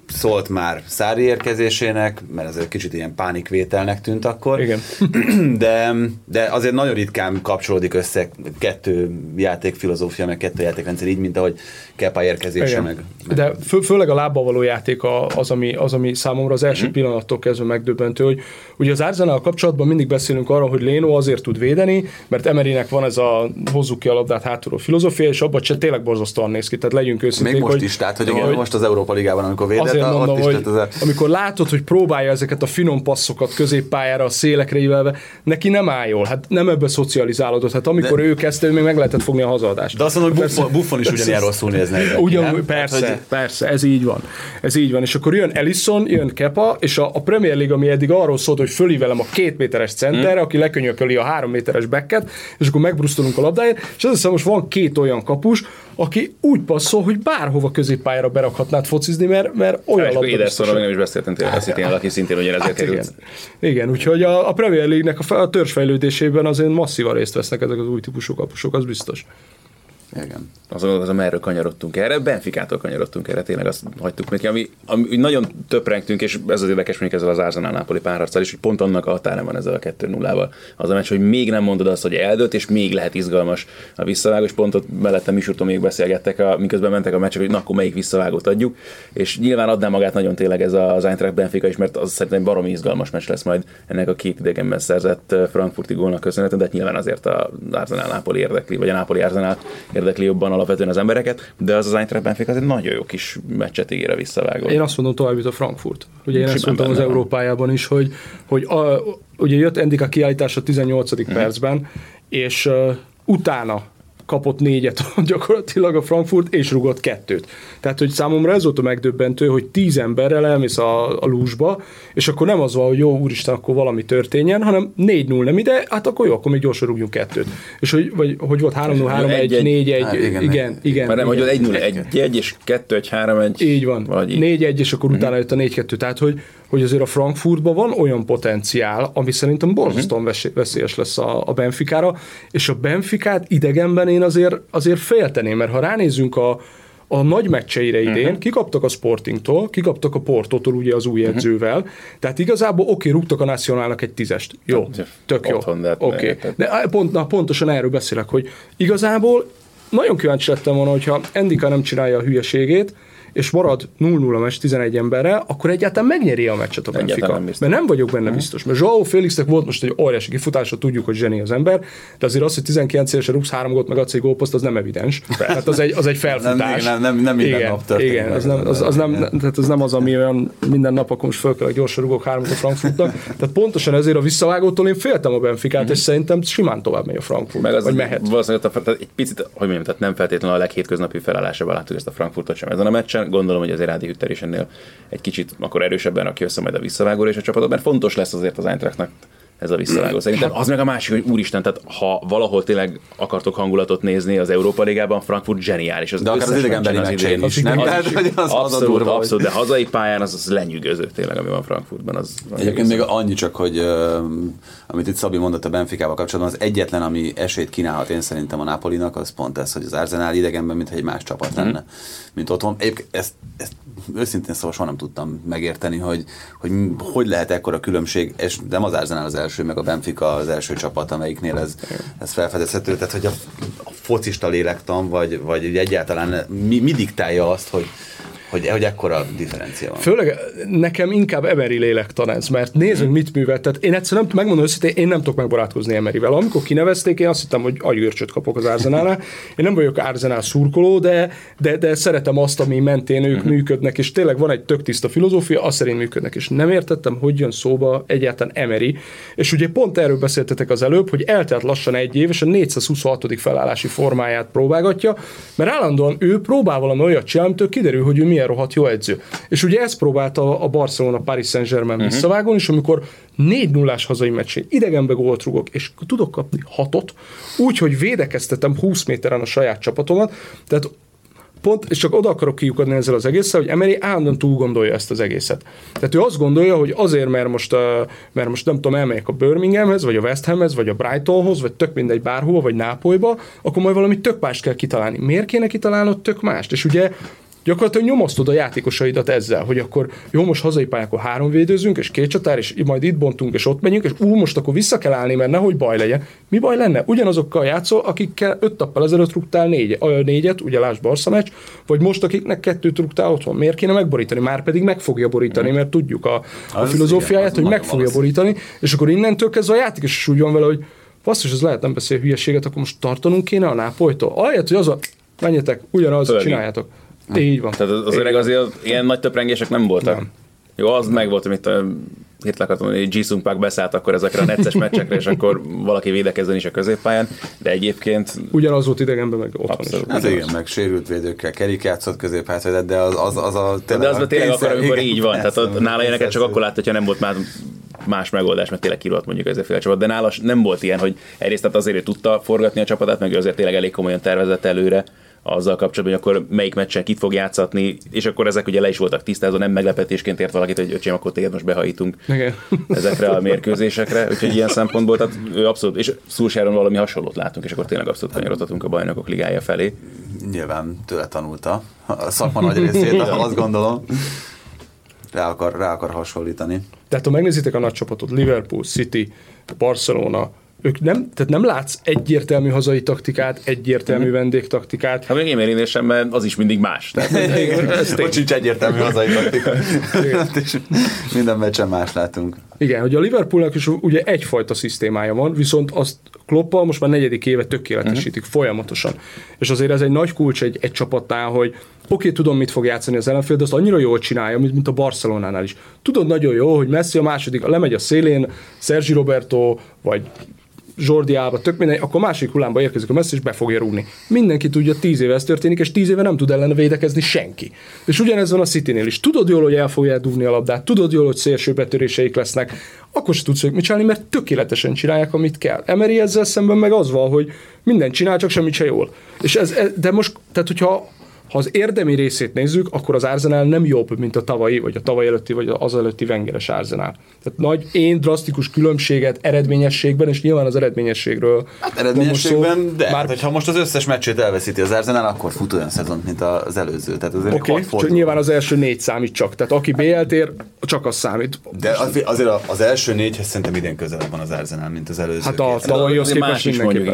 szólt már Sarri érkezésének, mert ez egy kicsit ilyen pánikvételnek tűnt akkor.
Igen.
De azért nagyon ritkán kapcsolódik össze kettő játékfilozófia, meg kettő játékrendszer így, mint ahogy Kepa érkezése meg.
De főleg a lábbal való játék az, ami számomra az első pillanattól kezdve megdöbbentő, hogy ugye az Arsenal kapcsolatban mindig beszélünk arról, hogy Leno azért tud védeni, mert Emerynek van ez a hozzuk ki a labdát hátulról filozófia, és abban se tényleg borzasztóan néz ki, tehát legyünk őszinték.
Még most is, tehát hogy most az Európa Ligában, amikor védett,
azért mondom,
ott
hogy amikor látod, hogy próbálja ezeket a finom passzokat középpályára, a szélekre ívelve, neki nem áll jól, hát nem ebbe szocializálódott, hát amikor ő kezdte, még meg lehetett fogni a hazaadást.
De azt mondom, hogy Buffon is ugyanilyen rosszul nézne.
Ugyan, persze, ez így van. És akkor jön Alisson, jön Kepa, és a Premier League, ami eddig arról szólt, hogy fölívelem a 2 méteres centerre, aki lekönyököli a 3 méteres backet, és akkor megbrusztolunk a labdáért, és azt hiszem, most van 2 olyan kapus, aki úgy passzol, hogy bárhova középpályára berakhatnád focizni, mert olyan labda.
Edersonról még nem is beszéltem tényleg a City-nél, aki szintén ugyanezért került.
Igen, úgyhogy a Premier League-nek a törzsfejlődésében azért masszívan részt vesznek ezek az új típusú kapusok, az biztos.
Igen.
Az merről kanyarodtunk erre, Benficától kanyarodtunk erre, tényleg azt hagytuk neki, ami nagyon töprengtünk, és ez az érdekes mondjuk ezzel az Arsenal-Napoli párharccal is, hogy pont annak a határán van ezzel a 2-0-val. Az a meccs, hogy még nem mondod azt, hogy eldőlt, és még lehet izgalmas a visszavágó, és pont ott mellettem Misúrtól még beszélgettek, miközben mentek a meccsek, hogy na, akkor melyik visszavágót adjuk, és nyilván adná magát nagyon tényleg ez az Eintracht Benfica is, mert az szerintem baromi izgalmas meccs lesz majd ennek a 2 idegenben szerzett frankfurti gólnak köszönhetően, de nyilván azért az Arsenal-Napoli érdekli, vagy a Napoli-Arsenal érdekli jobban alapvetően az embereket, de az Eintracht Benfica azért nagyon jó kis meccset ígér a visszavágó.
Én azt mondom, tovább jut a Frankfurt. Ugye én ezt mondtam az Európájában is, hogy ugye jött Endika kiállítás a 18. percben, és utána kapott 4-et gyakorlatilag a Frankfurt, és rugott 2-t. Tehát, hogy számomra ez volt a megdöbbentő, hogy 10 emberrel elmész a lúzsba, és akkor nem az van, hogy jó, úristen, akkor valami történjen, hanem 4-0 nem ide, hát akkor jó, akkor még gyorsan rúgjunk 2-t. És hogy volt 3-0, 3-1, 4-1, igen.
Már nem, hogy 1-0, 1-1, és 2-1, 3-1.
Így van, 4-1, és akkor utána jött a 4-2. Tehát, hogy azért a Frankfurtban van olyan potenciál, ami szerintem borzasztóan veszélyes lesz a Benficára, és a Benficát idegenben én azért félteném, mert ha ránézzünk a nagy meccseire idén, kikaptak a Sportingtól, kikaptak a Portótól ugye az új edzővel, tehát igazából rúgtak a Nacionalnak egy 10-est. Jó, tök jó. De pontosan erről beszélek, hogy igazából nagyon kíváncsi lettem volna, hogyha Endika nem csinálja a hülyeségét, és marad 0-0 a meccs 11 emberrel, akkor egyáltalán megnyeri a meccset a Benfica. Mert nem vagyok benne biztos. Mert João Félixnek volt most egy óriási kifutása, tudjuk, hogy zseni az ember, de azért az, hogy 19 évesen rúgsz 3 gólt, meg adsz egy gólposzt, az nem evidens. Tehát az egy felfutás.
Nem minden nap történik.
Igen, az nem az, ami olyan minden nap, akkor most fölkelek, gyorsan rúgok 3-ot a Frankfurtnak. Tehát pontosan ezért a visszavágótól én féltem a Benficát, és szerintem simán tovább megy a Frankfurt.
Meg az
vagy mehet.
Valószínűleg egy picit, hogy mondjam, tehát nem feltétlenül a leghétköznapi felállásában láttuk ezt a Frankfurtot sem ezen a meccsen. Gondolom, hogy azért Adi Hütter is ennél egy kicsit akkor erősebben rakja össze majd a visszavágóra és a csapatot, mert fontos lesz azért az Eintrachtnak ez a visszavágó. Szerintem az meg a másik, hogy úristen, tehát ha valahol tényleg akartok hangulatot nézni az Európa Ligában, Frankfurt zseniális.
De akár az idegenbeli meccsen is, nem?
Abszolút, de hazai pályán az lenyűgöző tényleg, ami van Frankfurtban.
Egyébként még annyi csak, hogy amit itt Szabi mondott a Benficával kapcsolatban, az egyetlen, ami esélyt kínálhat én szerintem a Napolinak, az pont ez, hogy az Arsenal idegenben, mintha egy más csapat lenne, mint otthon. Ezt őszintén szóval soha nem tudtam megérteni, hogy lehet ekkora különbség, és nem az Arsenal az első, meg a Benfica az első csapat, amelyiknél ez felfedezhető. Tehát, hogy a focista lélektan, vagy egyáltalán mi diktálja azt, hogy ekkora differencia van.
Főleg nekem inkább Emery lélektan ez, mert nézzünk, mit művelt. Tehát én egyszerűen megmondom őszintén, én nem tudok megbarátkozni Emeryvel. Amikor kinevezték, én azt hittem, hogy agyőrcsöt kapok az Arsenalnál. Én nem vagyok Arsenal szurkoló, de szeretem azt, ami mentén ők működnek, és tényleg van egy tök tiszta filozófia, azt szerint működnek, és nem értettem, hogy jön szóba egyáltalán Emery. És ugye pont erről beszéltetek az előbb, hogy eltelt lassan 1 év, és a 426. felállási formáját próbálgatja, mert állandóan ő próbál valami olyat csinálni, amitől kiderül, hogy ő milyen rohadt jó edző. És ugye ezt próbálta a Barcelona Paris Saint-Germain visszavágón, és amikor 4-0-ás hazai meccsén idegenbe gólt rúgok, és tudok kapni 6-ot, úgyhogy védekeztetem 20 méteren a saját csapatomat, tehát pont, és csak oda akarok kiukadni ezzel az egésszel, hogy Emery állandóan túl gondolja ezt az egészet. Tehát ő azt gondolja, hogy azért, mert most nem tudom, elmegyek a Birminghamhez, vagy a West Hamhez, vagy a Brightonhoz, vagy tök mindegy bárhova, vagy Nápolyba, akkor majd valami tök mást kell kitalálni. Miért kéne kitalálnod tök mást? És ugye gyakorlatilag nyomasztod a játékosaidat ezzel, hogy akkor jó, most hazai pályákon 3 védőzünk, és 2 csatár, és majd itt bontunk, és ott megyünk, és most akkor vissza kell állni, mert nehogy baj legyen. Mi baj lenne? Ugyanazokkal játszol, akikkel 5 nappal ezelőtt rúgtál 4-et, ugye lásd Barca meccs, vagy most akiknek 2 rúgtál otthon. Miért kéne megborítani? Már pedig meg fogja borítani, mert tudjuk a filozófiáját, hogy meg fogja borítani, és akkor innentől kezdve a játékos is úgy van vele, hogy basszus, ez lehet nem beszél hülyeséget, akkor most tartanunk kéne a Nápolytól. Ahelyett, hogy az a menjetek, ugyanaz, csináljátok. Így van.
Tehát az öreg azért ilyen nagy töprengések nem voltak. Nem. Jó, az meg volt, amit hirtelen akartam mondani, hogy Jisung Park beszállt akkor ezekre a necces meccsekre, és akkor valaki védekezzen is a középpályán, de egyébként...
Ugyanaz volt idegenben, meg otthon is.
Hát igen, meg sérült védőkkel, Kerik játszott középhátvédet, de az a...
De az tényleg akkor, amikor így van. Tehát nála ilyeneket csak akkor látta, hogyha nem volt már más megoldás, mert tényleg kirúgott mondjuk ezért fél a csapat, de nála nem volt ilyen, hogy egyrészt azért ő tudta forgatni a csapatát, meg ő azért tényleg elég komolyan tervezett előre azzal kapcsolatban, hogy akkor melyik meccsen kit fog játszatni, és akkor ezek ugye le is voltak tisztázva, nem meglepetésként ért valakit, hogy öcsém, akkor téged most behajítunk ezekre a mérkőzésekre, úgyhogy ilyen szempontból, tehát ő abszolút, és Solskjaeron valami hasonlót látunk, és akkor tényleg abszolút kanyarodhatunk a Bajnokok Ligája felé.
Nyilván tőle tanulta a szakma nagy részét, azt gondolom. Rá akar hasonlítani.
Tehát ha megnézitek a nagy csapatot, Liverpool, City, Barcelona, ők nem látsz egyértelmű hazai taktikát, egyértelmű vendégtaktikát.
Hát még én érintésem, mert az is mindig más.
Ott sincs egyértelmű hazai taktika. Minden meccsen más látunk.
Igen, hogy a Liverpoolnak is ugye egyfajta szisztémája van, viszont azt Kloppal most már 4. éve tökéletesítik folyamatosan. És azért ez egy nagy kulcs egy csapatnál, hogy oké, tudom, mit fog játszani az ellenfél, de azt annyira jól csinálja, mint a Barcelonánál is. Tudod nagyon jó, hogy Messi a második, lemegy a szélén, Sergi Roberto, vagy Jordi Alba, tök minden, akkor másik hullámba érkezik a Messi, és be fogja rúgni. Mindenki tudja, 10 éve ez történik, és 10 éve nem tud ellene védekezni senki. És ugyanez van a Citynél is. Tudod jól, hogy el fogják dugni a labdát, tudod jól, hogy szélső betöréseik lesznek, akkor se tudsz ők mit csinálni, mert tökéletesen csinálják, amit kell. Emery ezzel szemben meg az van, hogy mindent csinál, csak semmit se jól. És de most, tehát hogyha az érdemi részét nézzük, akkor az Arsenal nem jobb, mint a tavalyi, vagy a tavaly előtti, vagy az előtti Wengeres Arsenal. Tehát drasztikus különbséget eredményességben, és nyilván az eredményességről.
Hát eredményességben, de már hogyha most az összes meccsét elveszíti az Arsenal, akkor fut olyan szezont, mint az előző. Tehát
azért csak nyilván az első 4 számít csak. Tehát aki BL-t ér, csak az számít.
De azért az első 4-hez szerintem idén közelebb van az Arsenal, mint az előző.
Hát a tavalyihoz képest mindenképpen.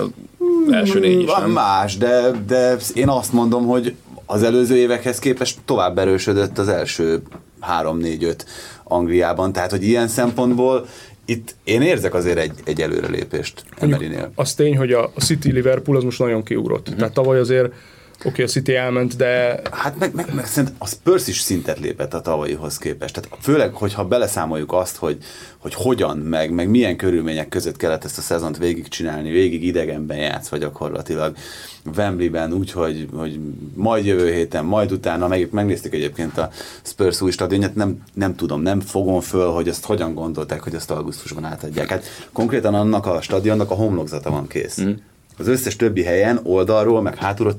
Első 4 is nem.
Más, de én azt mondom, hogy az előző évekhez képest tovább erősödött az első 3-4-5 Angliában. Tehát, hogy ilyen szempontból itt én érzek azért egy előrelépést Emerynél.
Az tény, hogy a City-Liverpool az most nagyon kiugrott. Tehát tavaly azért a City elment, de...
Hát meg szerintem a Spurs is szintet lépett a tavalyihoz képest. Tehát főleg, hogyha beleszámoljuk azt, hogy hogyan, meg milyen körülmények között kellett ezt a szezont végigcsinálni, végig idegenben játszva gyakorlatilag Wembleyben úgy, hogy majd jövő héten, majd utána, megnéztük egyébként a Spurs új stadionját, nem tudom, nem fogom föl, hogy ezt hogyan gondolták, hogy ezt augusztusban átadják. Hát konkrétan annak a stadionnak a homlokzata van kész. Az összes többi helyen oldalról, meg hátulról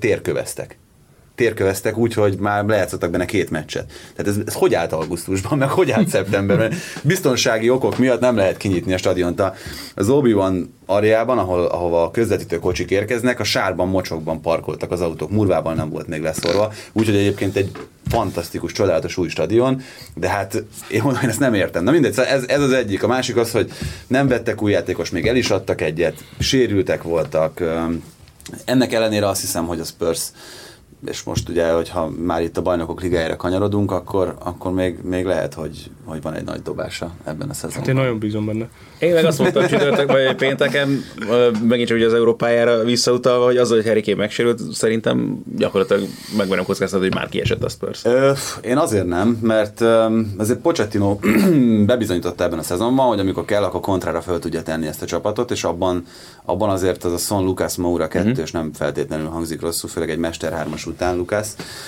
térköveztek úgy, hogy már lejátszottak benne 2 meccset. Tehát ez hogy állt augusztusban, meg hogy állt szeptemberben? Biztonsági okok miatt nem lehet kinyitni a stadiont. Az Obi-Wan areában, ahova a közvetítő kocsik érkeznek, a sárban, mocsokban parkoltak az autók, murvában nem volt még leszorva, úgyhogy egyébként egy fantasztikus, csodálatos új stadion, de hát én mondom, én ezt nem értem. Na mindegy, ez az egyik. A másik az, hogy nem vettek új játékos, még el is adtak egyet, sérültek voltak. Ennek ellenére azt hiszem, hogy a Spurs, és most ugye, hogyha már itt a Bajnokok Ligájára kanyarodunk, akkor még lehet, hogy van egy nagy dobása ebben a szezonban.
Hát én nagyon bízom benne.
Én meg azt mondtam csütörtökben, vagy pénteken, megint csak ugye az Európájára visszautalva, hogy az, hogy Harry Kane megsérült, szerintem gyakorlatilag megverem kockáztatni, hogy már kiesett a Spurs.
Én azért nem, mert azért Pochettino bebizonyította ebben a szezonban, hogy amikor kell, akkor kontrára föl tudja tenni ezt a csapatot, és abban azért az a Son Lucas Moura 2, és nem feltétlenül hangzik rosszul, főleg egy Mester 3-as után Lucas.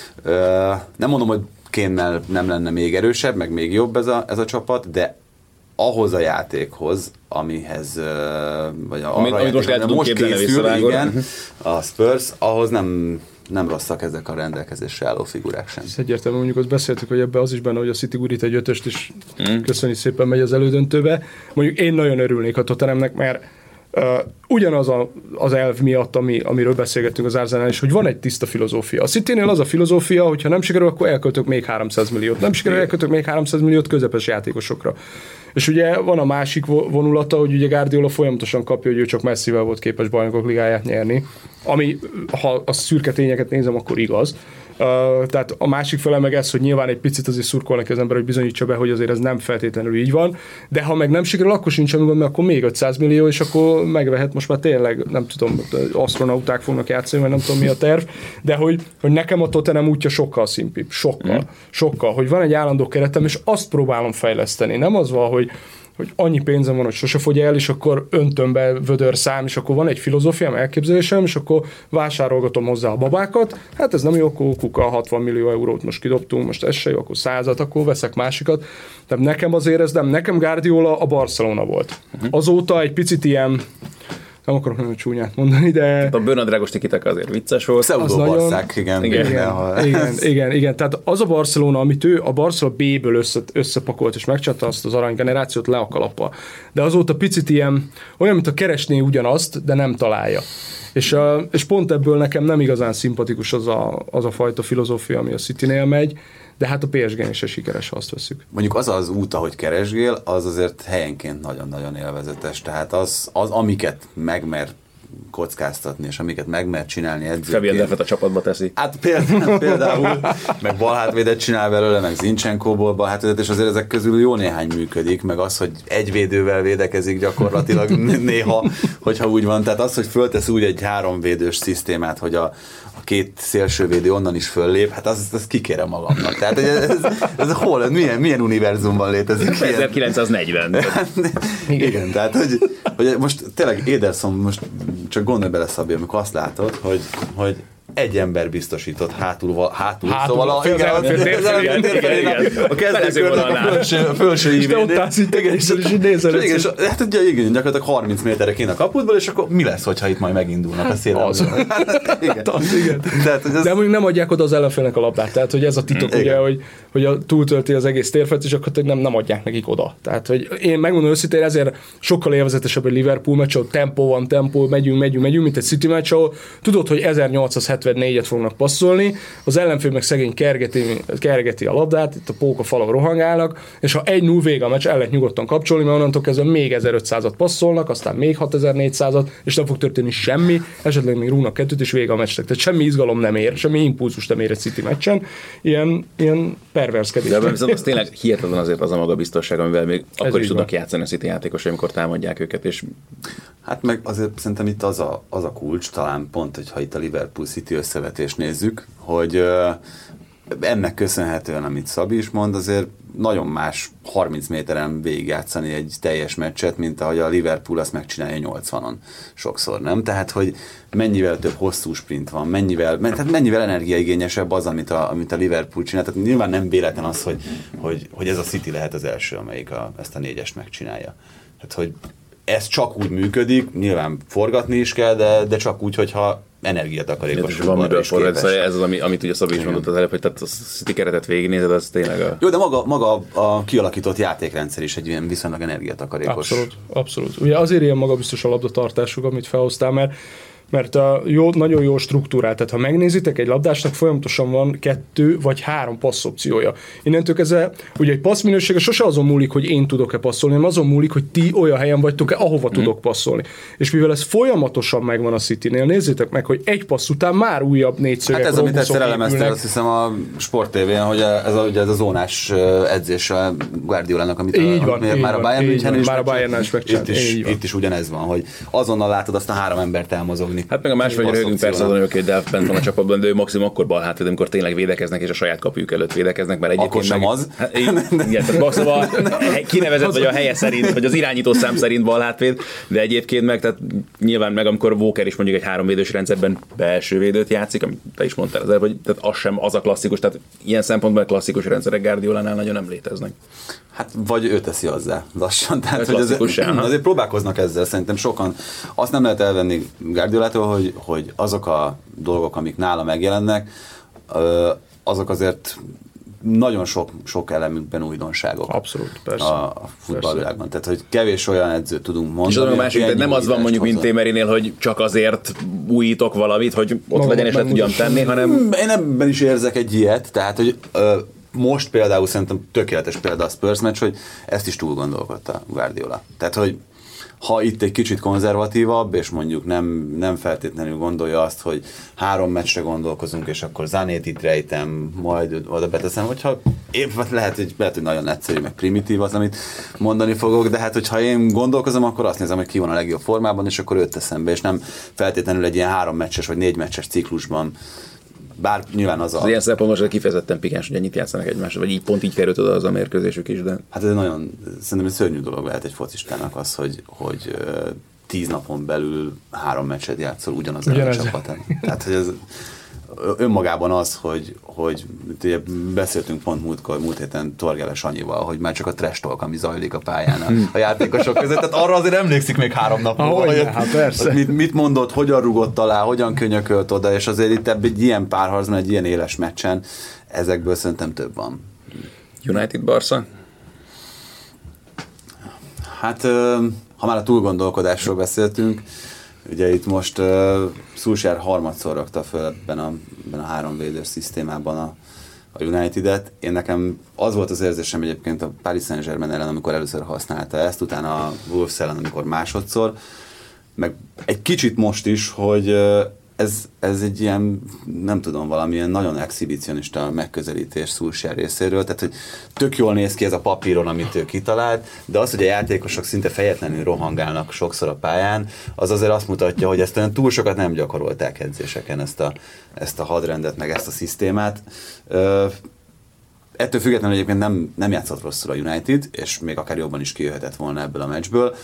Nem mondom, hogy Kane-nel nem lenne még erősebb, meg még jobb ez a csapat, de ahhoz a játékhoz, amihez, vagy arra most készül, igen, a Spurs, ahhoz nem rosszak ezek a rendelkezésre álló figurák sem.
Ez egyértelmű, mondjuk azt beszéltük, hogy ebbe az is benne, hogy a City gurít egy 5-öst, és köszönjük szépen megy az elődöntőbe. Mondjuk én nagyon örülnék a Tottenhamnek, mert ugyanaz az elv miatt, amiről beszélgettünk az Arsenal is, hogy van egy tiszta filozófia. A Citynél az a filozófia, hogy ha nem sikerül, akkor elköltök még 300 milliót. Nem sikerül, elköltök még 300 milliót közepes játékosokra. És ugye van a másik vonulata, hogy ugye Guardiola folyamatosan kapja, hogy ő csak Messivel volt képes Bajnokok Ligáját nyerni, ami, ha a szürke tényeket nézem, akkor igaz. Tehát a másik fele meg ez, hogy nyilván egy picit azért szurkol neki az ember, hogy bizonyítsa be, hogy azért ez nem feltétlenül így van, de ha meg nem sikerül, akkor sincs semmi gond, mert akkor még 500 millió, és akkor megvehet most már tényleg, nem tudom, asztronauták fognak játszani, mert nem tudom mi a terv, de hogy nekem a Tottenham útja sokkal szimpibb, sokkal, hogy van egy állandó keretem, és azt próbálom fejleszteni. Nem az van, hogy annyi pénzem van, hogy sose fogy el, és akkor öntöm be vödör szám, és akkor van egy filozófiám, elképzelésem, és akkor vásárolgatom hozzá a babákat. Hát ez nem jó, akkor kuka 60 millió eurót most kidobtunk, most ez se jó, akkor 100-at, akkor veszek másikat. Tehát nekem azért ez nem, nekem Guardiola a Barcelona volt. Azóta egy picit ilyen, nem akarok nagyon csúnyát mondani, de...
A Bernadrágos tikitaka azért vicces volt.
Pseudo-Barszák,
igen. Tehát az a Barcelona, amit ő a Barcelona B-ből összepakolt, és megcsinálta azt az aranygenerációt le a kalappa. De azóta picit ilyen, olyan, mint a keresné ugyanazt, de nem találja. És pont ebből nekem nem igazán szimpatikus az a fajta filozófia, ami a Citynél megy, de hát a PSG-n is sikeres, ha azt veszük.
Mondjuk az út, ahogy keresgél, az azért helyenként nagyon-nagyon élvezetes. Tehát az amiket megmer kockáztatni, és amiket megmer csinálni edzőként.
Fabian Delfet a csapatba teszi.
Hát például, meg balhátvédet csinál belőle, meg Zincsenkóból balhátvédet, és azért ezek közül jó néhány működik, meg az, hogy egy védővel védekezik gyakorlatilag néha, hogyha úgy van. Tehát az, hogy föltesz úgy egy 3 védős szisztémát, hogy a 2 szélsővédő onnan is föllép, hát azt kikérem magamnak. Tehát ez hol, milyen univerzumban létezik?
1940.
Igen, tehát hogy most tényleg Ederson, most csak gondolj bele, Szabi, amikor azt látod, hogy egy ember biztosított hátul szóval a kezdőkörnek a felső ívén.
És így nézel.
Hát ugye igen, gyakorlatilag 30 méterre kéne a kapudból, és akkor mi lesz, hogyha itt majd megindulnak a szélelmezők?
Igen. De mondjuk nem adják oda az ellenfélnek a labdát, tehát hogy ez a titok, ugye, hogy túltölti az egész térfet, és akkor nem adják nekik oda. Tehát, hogy én megmondom őszintén, ezért sokkal élvezetesebb egy Liverpool meccs, ahol tempó, megyünk, mint egy City meccs, ahol tudod, hogy 1874-et fognak passzolni, az ellenfél meg szegény kergeti a labdát, itt a póka falak rohangálnak, és ha 1-0 vége a meccs, el lehet nyugodtan kapcsolni, mert onnantól kezdve még 1500-at passzolnak, aztán még 6400-at, és nem fog történni semmi, esetleg még rúgnak 2-t, és vége a meccsnek. Tehát semmi izgalom nem ér, semmi impulzus nem ér egy City meccsen. Ilyen perverskedés.
De viszont az tényleg hihetetlen azért az a magabiztosság, amivel még ez akkor is tudnak játszani a City játékosai, amikor támadják őket, és
hát meg azért szerintem itt az a kulcs, talán pont, hogyha itt a Liverpool City összevetést nézzük, hogy ennek köszönhetően, amit Szabi is mond, azért nagyon más 30 méteren végigjátszani egy teljes meccset, mint ahogy a Liverpool azt megcsinálja 80-on sokszor, nem? Tehát, hogy mennyivel több hosszú sprint van, mennyivel energiaigényesebb az, amit a Liverpool csinál. Tehát nyilván nem véletlen az, hogy ez a City lehet az első, amelyik ezt a 4-est megcsinálja. Tehát, hogy ez csak úgy működik, nyilván forgatni is kell, de csak úgy, hogyha energiatakarékos.
Van miből forgatni, ez az, amit ugye Szabi is mondott az előbb, hogy tehát a City keretet végignézed, az tényleg a...
Jó, de maga a kialakított játékrendszer is egy ilyen viszonylag energiatakarékos.
Abszolút. Ugye azért ilyen magabiztos a labdatartásuk, amit felhoztál, mert nagyon jó struktúrát, tehát ha megnézitek, egy labdásnak folyamatosan van 2 vagy 3 passzopciója. Innentől kezdve, ugye egy passzminősége sose azon múlik, hogy én tudok-e passzolni, hanem azon múlik, hogy ti olyan helyen vagytok-e, ahova tudok passzolni. És mivel ez folyamatosan megvan a Citynél, nézzétek meg, hogy egy passz után már újabb 4 szögek.
Hát ez, amit egyszer elemeztél, azt hiszem a Sport TV-n, hogy ez a zónás edzés a Guardiolának, amit már a Bayern München is megcsinált. Itt is ugyanez van, hogy azonnal látod azt a 3 embert elmozogni.
Hát meg a másfél rögünk persze azon, hogy Delf bent van a csapatban, de ő maximum akkor balhátvéd, amikor tényleg védekeznek, és a saját kapjuk előtt védekeznek, mert egyébként
akkor sem az.
Hát, igen, tehát maximum kinevezett, vagy a helye szerint, vagy az irányító szám szerint balhátvéd, de egyébként meg, tehát nyilván meg amikor Walker is mondjuk egy 3 védős rendszerben belső védőt játszik, amit te is mondtál az előbb, hogy tehát az sem az a klasszikus, tehát ilyen szempontból a klasszikus rendszerek Guardiolánál nagyon nem léteznek.
Hát vagy ő teszi hozzá lassan, tehát hogy azért próbálkoznak ezzel, szerintem sokan. Azt nem lehet elvenni Guardiolától, hogy azok a dolgok, amik nála megjelennek, azok azért nagyon sok elemükben újdonságok.
Abszolút, persze.
A futballvilágban. Tehát, hogy kevés olyan edzőt tudunk mondani.
És azon a másik, hogy nem az van mondjuk, mint Témerinél, hogy csak azért újítok valamit, hogy ott legyen és le tudjam tenni, hanem...
Én ebben is érzek egy ilyet, tehát, hogy most például szerintem tökéletes példa a Spurs meccs, hogy ezt is túl gondolkodta Guardiola. Tehát, hogy ha itt egy kicsit konzervatívabb, és mondjuk nem feltétlenül gondolja azt, hogy 3 meccsre gondolkozunk, és akkor Zanét itt rejtem, majd oda beteszem, hogyha lehet, hogy nagyon egyszerű, meg primitív az, amit mondani fogok, de hát, hogyha én gondolkozom, akkor azt nézem, hogy ki van a legjobb formában, és akkor őt teszem be, és nem feltétlenül egy ilyen 3 meccses vagy 4 meccses ciklusban. Bár nyilván az
ilyen szempontból most kifejezetten pikáns, hogy ennyit játszanak egymásra, vagy így pont így került oda az a mérkőzésük is, de...
Hát ez szerintem egy szörnyű dolog lehet egy focistának az, hogy 10 napon belül 3 meccset játszol ugyanaz a csapat. Tehát, hogy ez önmagában az, hogy ugye beszéltünk pont múlt héten Torgeles Annyival, hogy már csak a trash talk, ami zajlik a pályán a játékosok között, tehát arra azért emlékszik még 3 nap múlva, hogy mit mondott, hogyan rugott alá, hogyan könyökölt oda, és azért itt egy ilyen párharcban, egy ilyen éles meccsen ezekből szerintem több van.
United-Barca?
Hát, ha már a túlgondolkodásról beszéltünk, ugye itt most Solskjaer harmadszor rakta föl ebben a 3 védős szisztémában a United-et. Nekem az volt az érzésem egyébként a Paris Saint-Germain ellen, amikor először használta ezt, utána a Wolves ellen, amikor másodszor, meg egy kicsit most is, hogy ez egy ilyen, nem tudom, valamilyen nagyon exhibicionista megközelítés Solskjaer részéről, tehát hogy tök jól néz ki ez a papíron, amit ő kitalált, de az, hogy a játékosok szinte fejetlenül rohangálnak sokszor a pályán, az azért azt mutatja, hogy ezt olyan túl sokat nem gyakorolták edzéseken, ezt a hadrendet, meg ezt a szisztémát. Ettől függetlenül egyébként nem játszott rosszul a United, és még akár jobban is kijöhetett volna ebből a meccsből,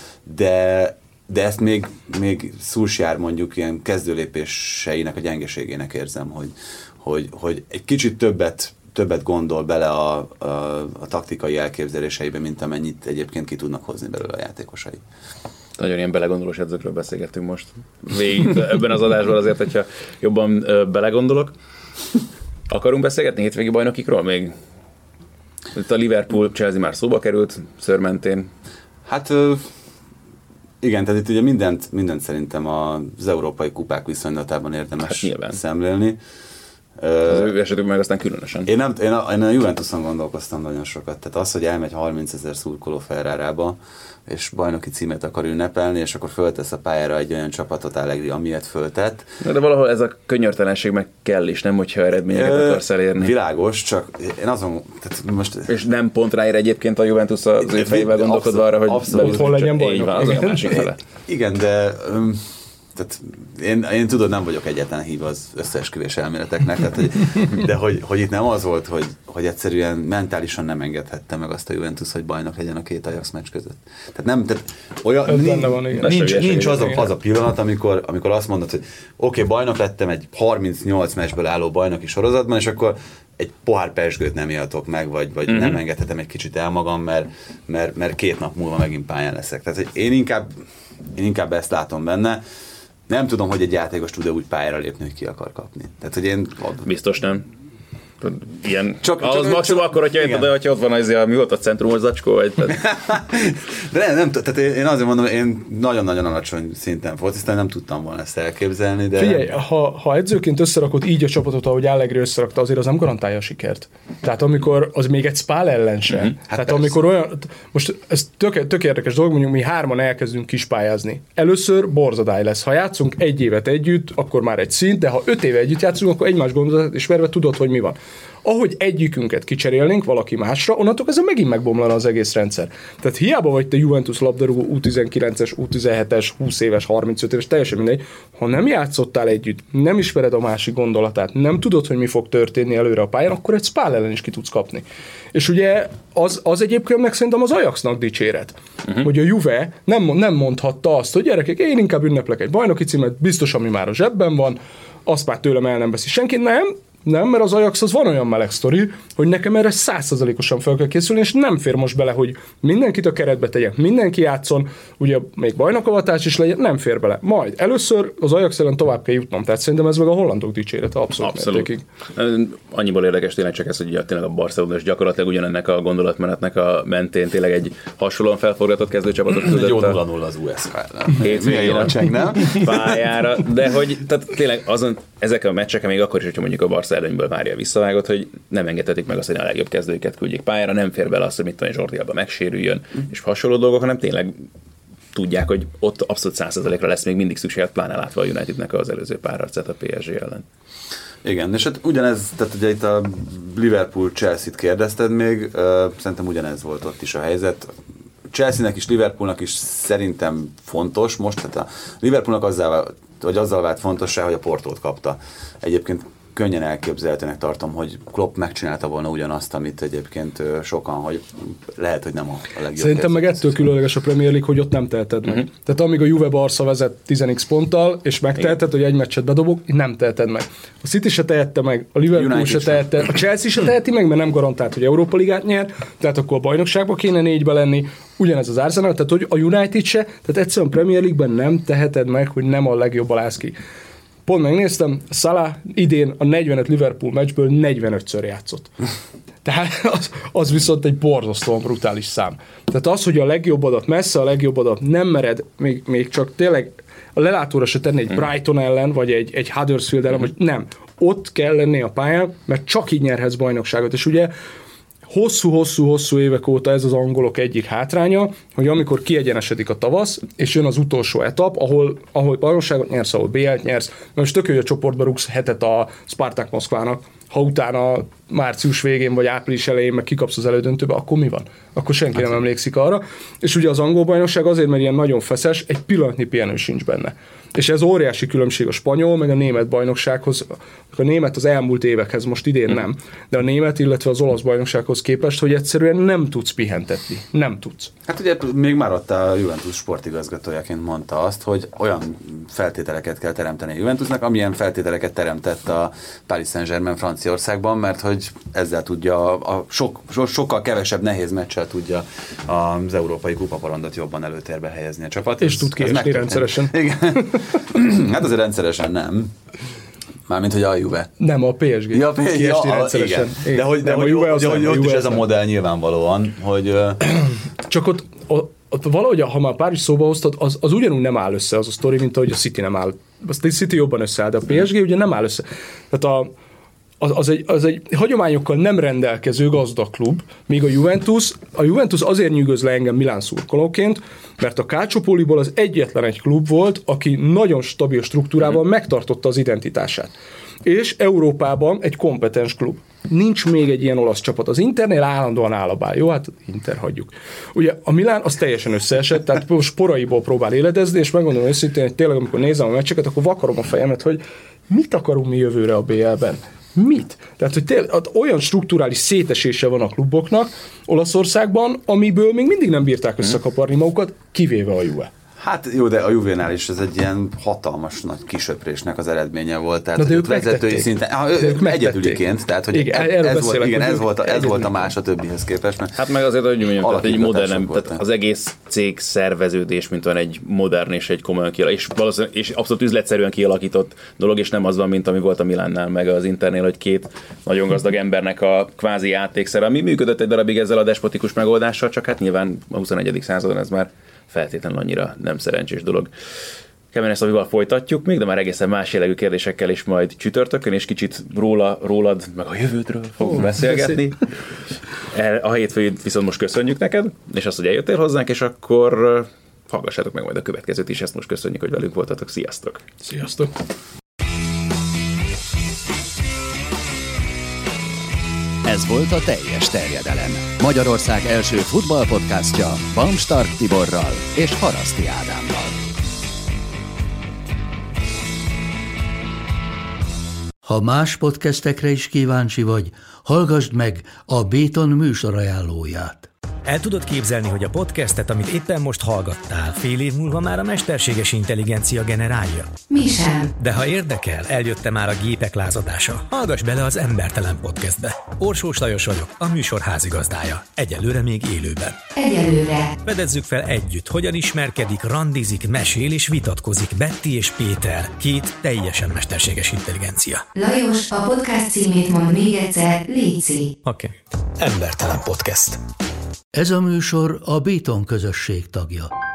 de ezt még Solskjaer mondjuk ilyen kezdőlépéseinek a gyengeségének érzem, hogy egy kicsit többet gondol bele a taktikai elképzeléseibe, mint amennyit egyébként ki tudnak hozni belőle a játékosai.
Nagyon ilyen belegondolós edzőkről beszélgettünk most végig ebben az adásban, azért, hogyha jobban belegondolok. Akarunk beszélgetni hétvégi bajnokikról még? Itt a Liverpool-Chelsea már szóba került, szőrmentén.
Hát igen, tehát itt ugye mindent szerintem az európai kupák viszonylatában érdemes szemlélni.
Az ő esetük meg aztán különösen.
Én a Juventuson gondolkoztam nagyon sokat. Tehát az, hogy elmegy 30 000 szurkoló Ferrarába, és bajnoki címet akar ünnepelni, és akkor föltesz a pályára egy olyan csapatot Allegri, amilyet föltett.
De valahol ez a könyörtelenség meg kell is, nem, hogyha eredményeket akarsz elérni.
Világos, csak én azon... Tehát most...
És nem pont ráér egyébként a Juventus az ő fejével gondolkodva arra, hogy
abszolút hol legyen bajnok.
Az a másik fele.
Igen, de... Tehát én tudod, nem vagyok egyáltalán hív az összeesküvés elméleteknek, tehát, de hogy itt nem az volt, hogy egyszerűen mentálisan nem engedhette meg azt a Juventus, hogy bajnok legyen a 2 Ajax meccs között. Tehát olyan, nincs az a pillanat, amikor azt mondod, hogy oké, bajnok lettem egy 38 meccsből álló bajnoki sorozatban, és akkor egy pohár pezsgőt nem éltok meg, vagy nem engedhetem egy kicsit el magam, mert 2 nap múlva megint pályán leszek. Tehát én inkább ezt látom benne. Nem tudom, hogy egy játékos tud-e úgy pályára lépni, hogy ki akar kapni. Tehát, hogy én...
Biztos nem. Ilyen, az maximum akkor, hogyha ott van az, mi volt a centrumos zacskó, vagy...
De nem, tehát én azért mondom, én nagyon-nagyon alacsony szinten fociztam, nem tudtam volna ezt elképzelni, de...
Figyelj, ha edzőként összerakod így a csapatot, ahogy Allegri összerakta, azért az nem garantálja a sikert. Tehát amikor, az még egy Spal ellen sem. Tehát persze. Amikor olyan... Most ez tök érdekes dolog, mondjuk mi 3-an elkezdünk kispályázni. Először borzadály lesz. Ha játszunk 1 évet együtt, akkor már egy szint, de ha 5 éve együtt játszunk, akkor egymás gondolatot ismerve tudod, hogy mi van. Ahogy egyikünket kicserélnénk valaki másra, onnantól kezdve megint megbomlana az egész rendszer. Tehát hiába vagy te Juventus labdarúgó U19-es, U17-es, 20 éves, 35 éves, teljesen mindegy, ha nem játszottál együtt, nem ismered a másik gondolatát, nem tudod, hogy mi fog történni előre a pályán, akkor egy Spal ellen is ki tudsz kapni. És ugye az egyébként meg szerintem az Ajaxnak dicséret, hogy a Juve nem mondhatta azt, hogy gyerekek, én inkább ünneplek egy bajnoki címet, biztos, ami már a zsebben van, azt már tőlem el nem veszi senki, Nem, mert az Ajax az van olyan meleg sztori, hogy nekem erre 100%-osan fel kell készülni, és nem fér most bele, hogy mindenkit a keretbe tegyek, mindenki játszon, ugye még bajnokavatás is legyen, nem fér bele. Majd először az Ajax ellen tovább kell jutnom, tehát szerintem ez meg a hollandok dicsérete abszolút. Mértékig.
Annyiból érdekes tényleg csak ez, hogy tényleg a Barcelona és gyakorlatilag ugyanennek a gondolatmenetnek a mentén tényleg egy hasonlóan felforgatott kezdőcsapatot küldött.
Jó 0-0 az USH
Milyen
jól cseng, nem?
Pályára, de hogy tehát tényleg azon, ezek a meccseken még akkor is, hogyha mondjuk a Barca előnyből várja visszavágott, hogy nem engedhetik meg azt, hogy a legjobb kezdőiket küldjék pályára, nem fér bele azt, hogy mit tudom, Jordi Alba megsérüljön, és hasonló dolgok, hanem tényleg tudják, hogy ott abszolút 100%-ra lesz még mindig szükséget, pláne látva a Unitednek az előző párharcát a PSG ellen.
Igen, és hát ugyanez, tehát ugye itt a Liverpool-Chelsea-t kérdezted még, szerintem ugyanez volt ott is a helyzet. Chelsea-nek is, Liverpoolnak is szerintem fontos most, tehát a Liverpoolnak azzal vált fontossá, hogy a Portót kapta. Egyébként könnyen elképzelhetőnek tartom, hogy Klopp megcsinálta volna ugyanazt, amit egyébként sokan, hogy lehet, hogy nem a legjobb.
Szerintem meg ettől különleges a Premier League, hogy ott nem teheted meg. Tehát amíg a Juve Barca vezet 10x ponttal, és megteheted, hogy egy meccset bedobok, nem teheted meg. A City se tehette meg, a Liverpool se tehette, a Chelsea se teheti meg, mert nem garantált, hogy Európa Ligát nyer, tehát akkor a bajnokságban kéne 4-be lenni. Ugyanez az Arsenal, tehát hogy a United se, tehát egyszerűen a Premier League-ben nem teheted meg, hogy nem a legjobb alász ki. Pont megnéztem, Salah idén a 45 Liverpool meccsből 45-ször játszott. Tehát az viszont egy borzasztóan brutális szám. Tehát az, hogy a legjobbadat messze, a legjobbadat nem mered, még csak tényleg a lelátóra se tenni egy Brighton ellen, vagy egy Huddersfield ellen, vagy nem. Ott kell lenni a pályán, mert csak így nyerhetsz bajnokságot. És ugye hosszú évek óta ez az angolok egyik hátránya, hogy amikor kiegyenesedik a tavasz, és jön az utolsó etap, ahol bajnokságot nyersz, ahol BL-t nyersz, most tök jó, hogy a csoportba rúgsz hetet a Spartak Moszkvának, ha utána március végén vagy április elején meg kikapsz az elődöntőbe, akkor mi van? Akkor senki nem emlékszik arra. És ugye az angol bajnokság azért, mert ilyen nagyon feszes, egy pillanatnyi pihenő sincs benne. És ez óriási különbség a spanyol, meg a német bajnoksághoz. A német az elmúlt évekhez, most idén nem, de a német, illetve az olasz bajnoksághoz képest, hogy egyszerűen nem tudsz pihentetni. Nem tudsz.
Hát ugye még már ott a Juventus sportigazgatójaként mondta azt, hogy olyan feltételeket kell teremteni a Juventusnak, amilyen feltételeket teremtett a Paris Saint-Germain Franciaországban, mert hogy ezzel tudja, sokkal kevesebb nehéz meccsel tudja az európai kupaporondot jobban előtérbe helyezni a csapat.
És tud kiesni rendszeresen.
Igen. Hát azért rendszeresen nem. Mármint, hogy a Juve.
Nem, a PSG.
Ja, rendszeresen. Igen. De hogy ott is ez a modell nyilvánvalóan, hogy...
Csak ott valahogy, ha már Párizs szóba hoztad, az ugyanúgy nem áll össze az a sztori, mint ahogy a City nem áll. A City jobban összeáll, de a PSG ugye nem áll össze. Tehát az egy hagyományokkal nem rendelkező gazdag klub, míg a Juventus azért nyűgöz le engem Milán szurkolóként, mert a Calciopoliból az egyetlen egy klub volt, aki nagyon stabil struktúrával megtartotta az identitását. És Európában egy kompetens klub. Nincs még egy ilyen olasz csapat. Az Internél állandóan áll a bál. Jó, hát Inter hagyjuk. Ugye a Milán az teljesen összeesett, tehát sporaiból próbál éledezni, és megmondom őszintén, hogy tényleg amikor nézem a meccseket, akkor vakarom a fejemet, hogy mit akarunk mi jövőre a BL-ben. Mit? Tehát, hogy tényleg olyan strukturális szétesése van a kluboknak Olaszországban, amiből még mindig nem bírták összekaparni magukat, kivéve a Juve.
Hát jó, de a Juvénál is ez egy ilyen hatalmas nagy kisöprésnek az eredménye volt. Tehát ők vezetői szinten, egyedüliként, tehát hogy
igen,
ez volt a más a többihez képest.
Hát meg azért, hogy mondjam, tehát egy modern, tehát az egész cég szerveződés, mint van egy modern és egy komolyan és abszolút üzletszerűen kialakított dolog, és nem az van, mint ami volt a Milánnál, meg az Internél, hogy két nagyon gazdag embernek a kvázi játékszer, ami működött egy darabig ezzel a despotikus megoldással, csak hát nyilván a 21. századon ez már feltétlenül annyira nem szerencsés dolog. Kemény Szabival folytatjuk még, de már egészen más jellegű kérdésekkel is majd csütörtökön, és kicsit rólad, meg a jövődről fogunk beszélgetni. A hétfőt viszont most köszönjük neked, és azt, hogy eljöttél hozzánk, és akkor hallgassátok meg majd a következőt is, ezt most köszönjük, hogy velünk voltatok. Sziasztok!
Sziasztok!
Ez volt a Teljes Terjedelem. Magyarország első futballpodcastja Bamstark Tiborral és Haraszti Ádámmal.
Ha más podcastekre is kíváncsi vagy, hallgassd meg a Béton műsor ajánlóját. El tudod képzelni, hogy a podcastet, amit éppen most hallgattál, fél év múlva már a mesterséges intelligencia generálja?
Mi sem.
De ha érdekel, eljött már a gépek lázadása. Hallgass bele az Embertelen Podcastbe. Orsós Lajos vagyok, a műsor házigazdája. Egyelőre még élőben.
Egyelőre.
Fedezzük fel együtt, hogyan ismerkedik, randizik, mesél és vitatkozik Betty és Péter, két teljesen mesterséges intelligencia.
Lajos, a podcast címét mond még egyszer, léci.
Oké. Embertelen Podcast.
Ez a műsor a Béton közösség tagja.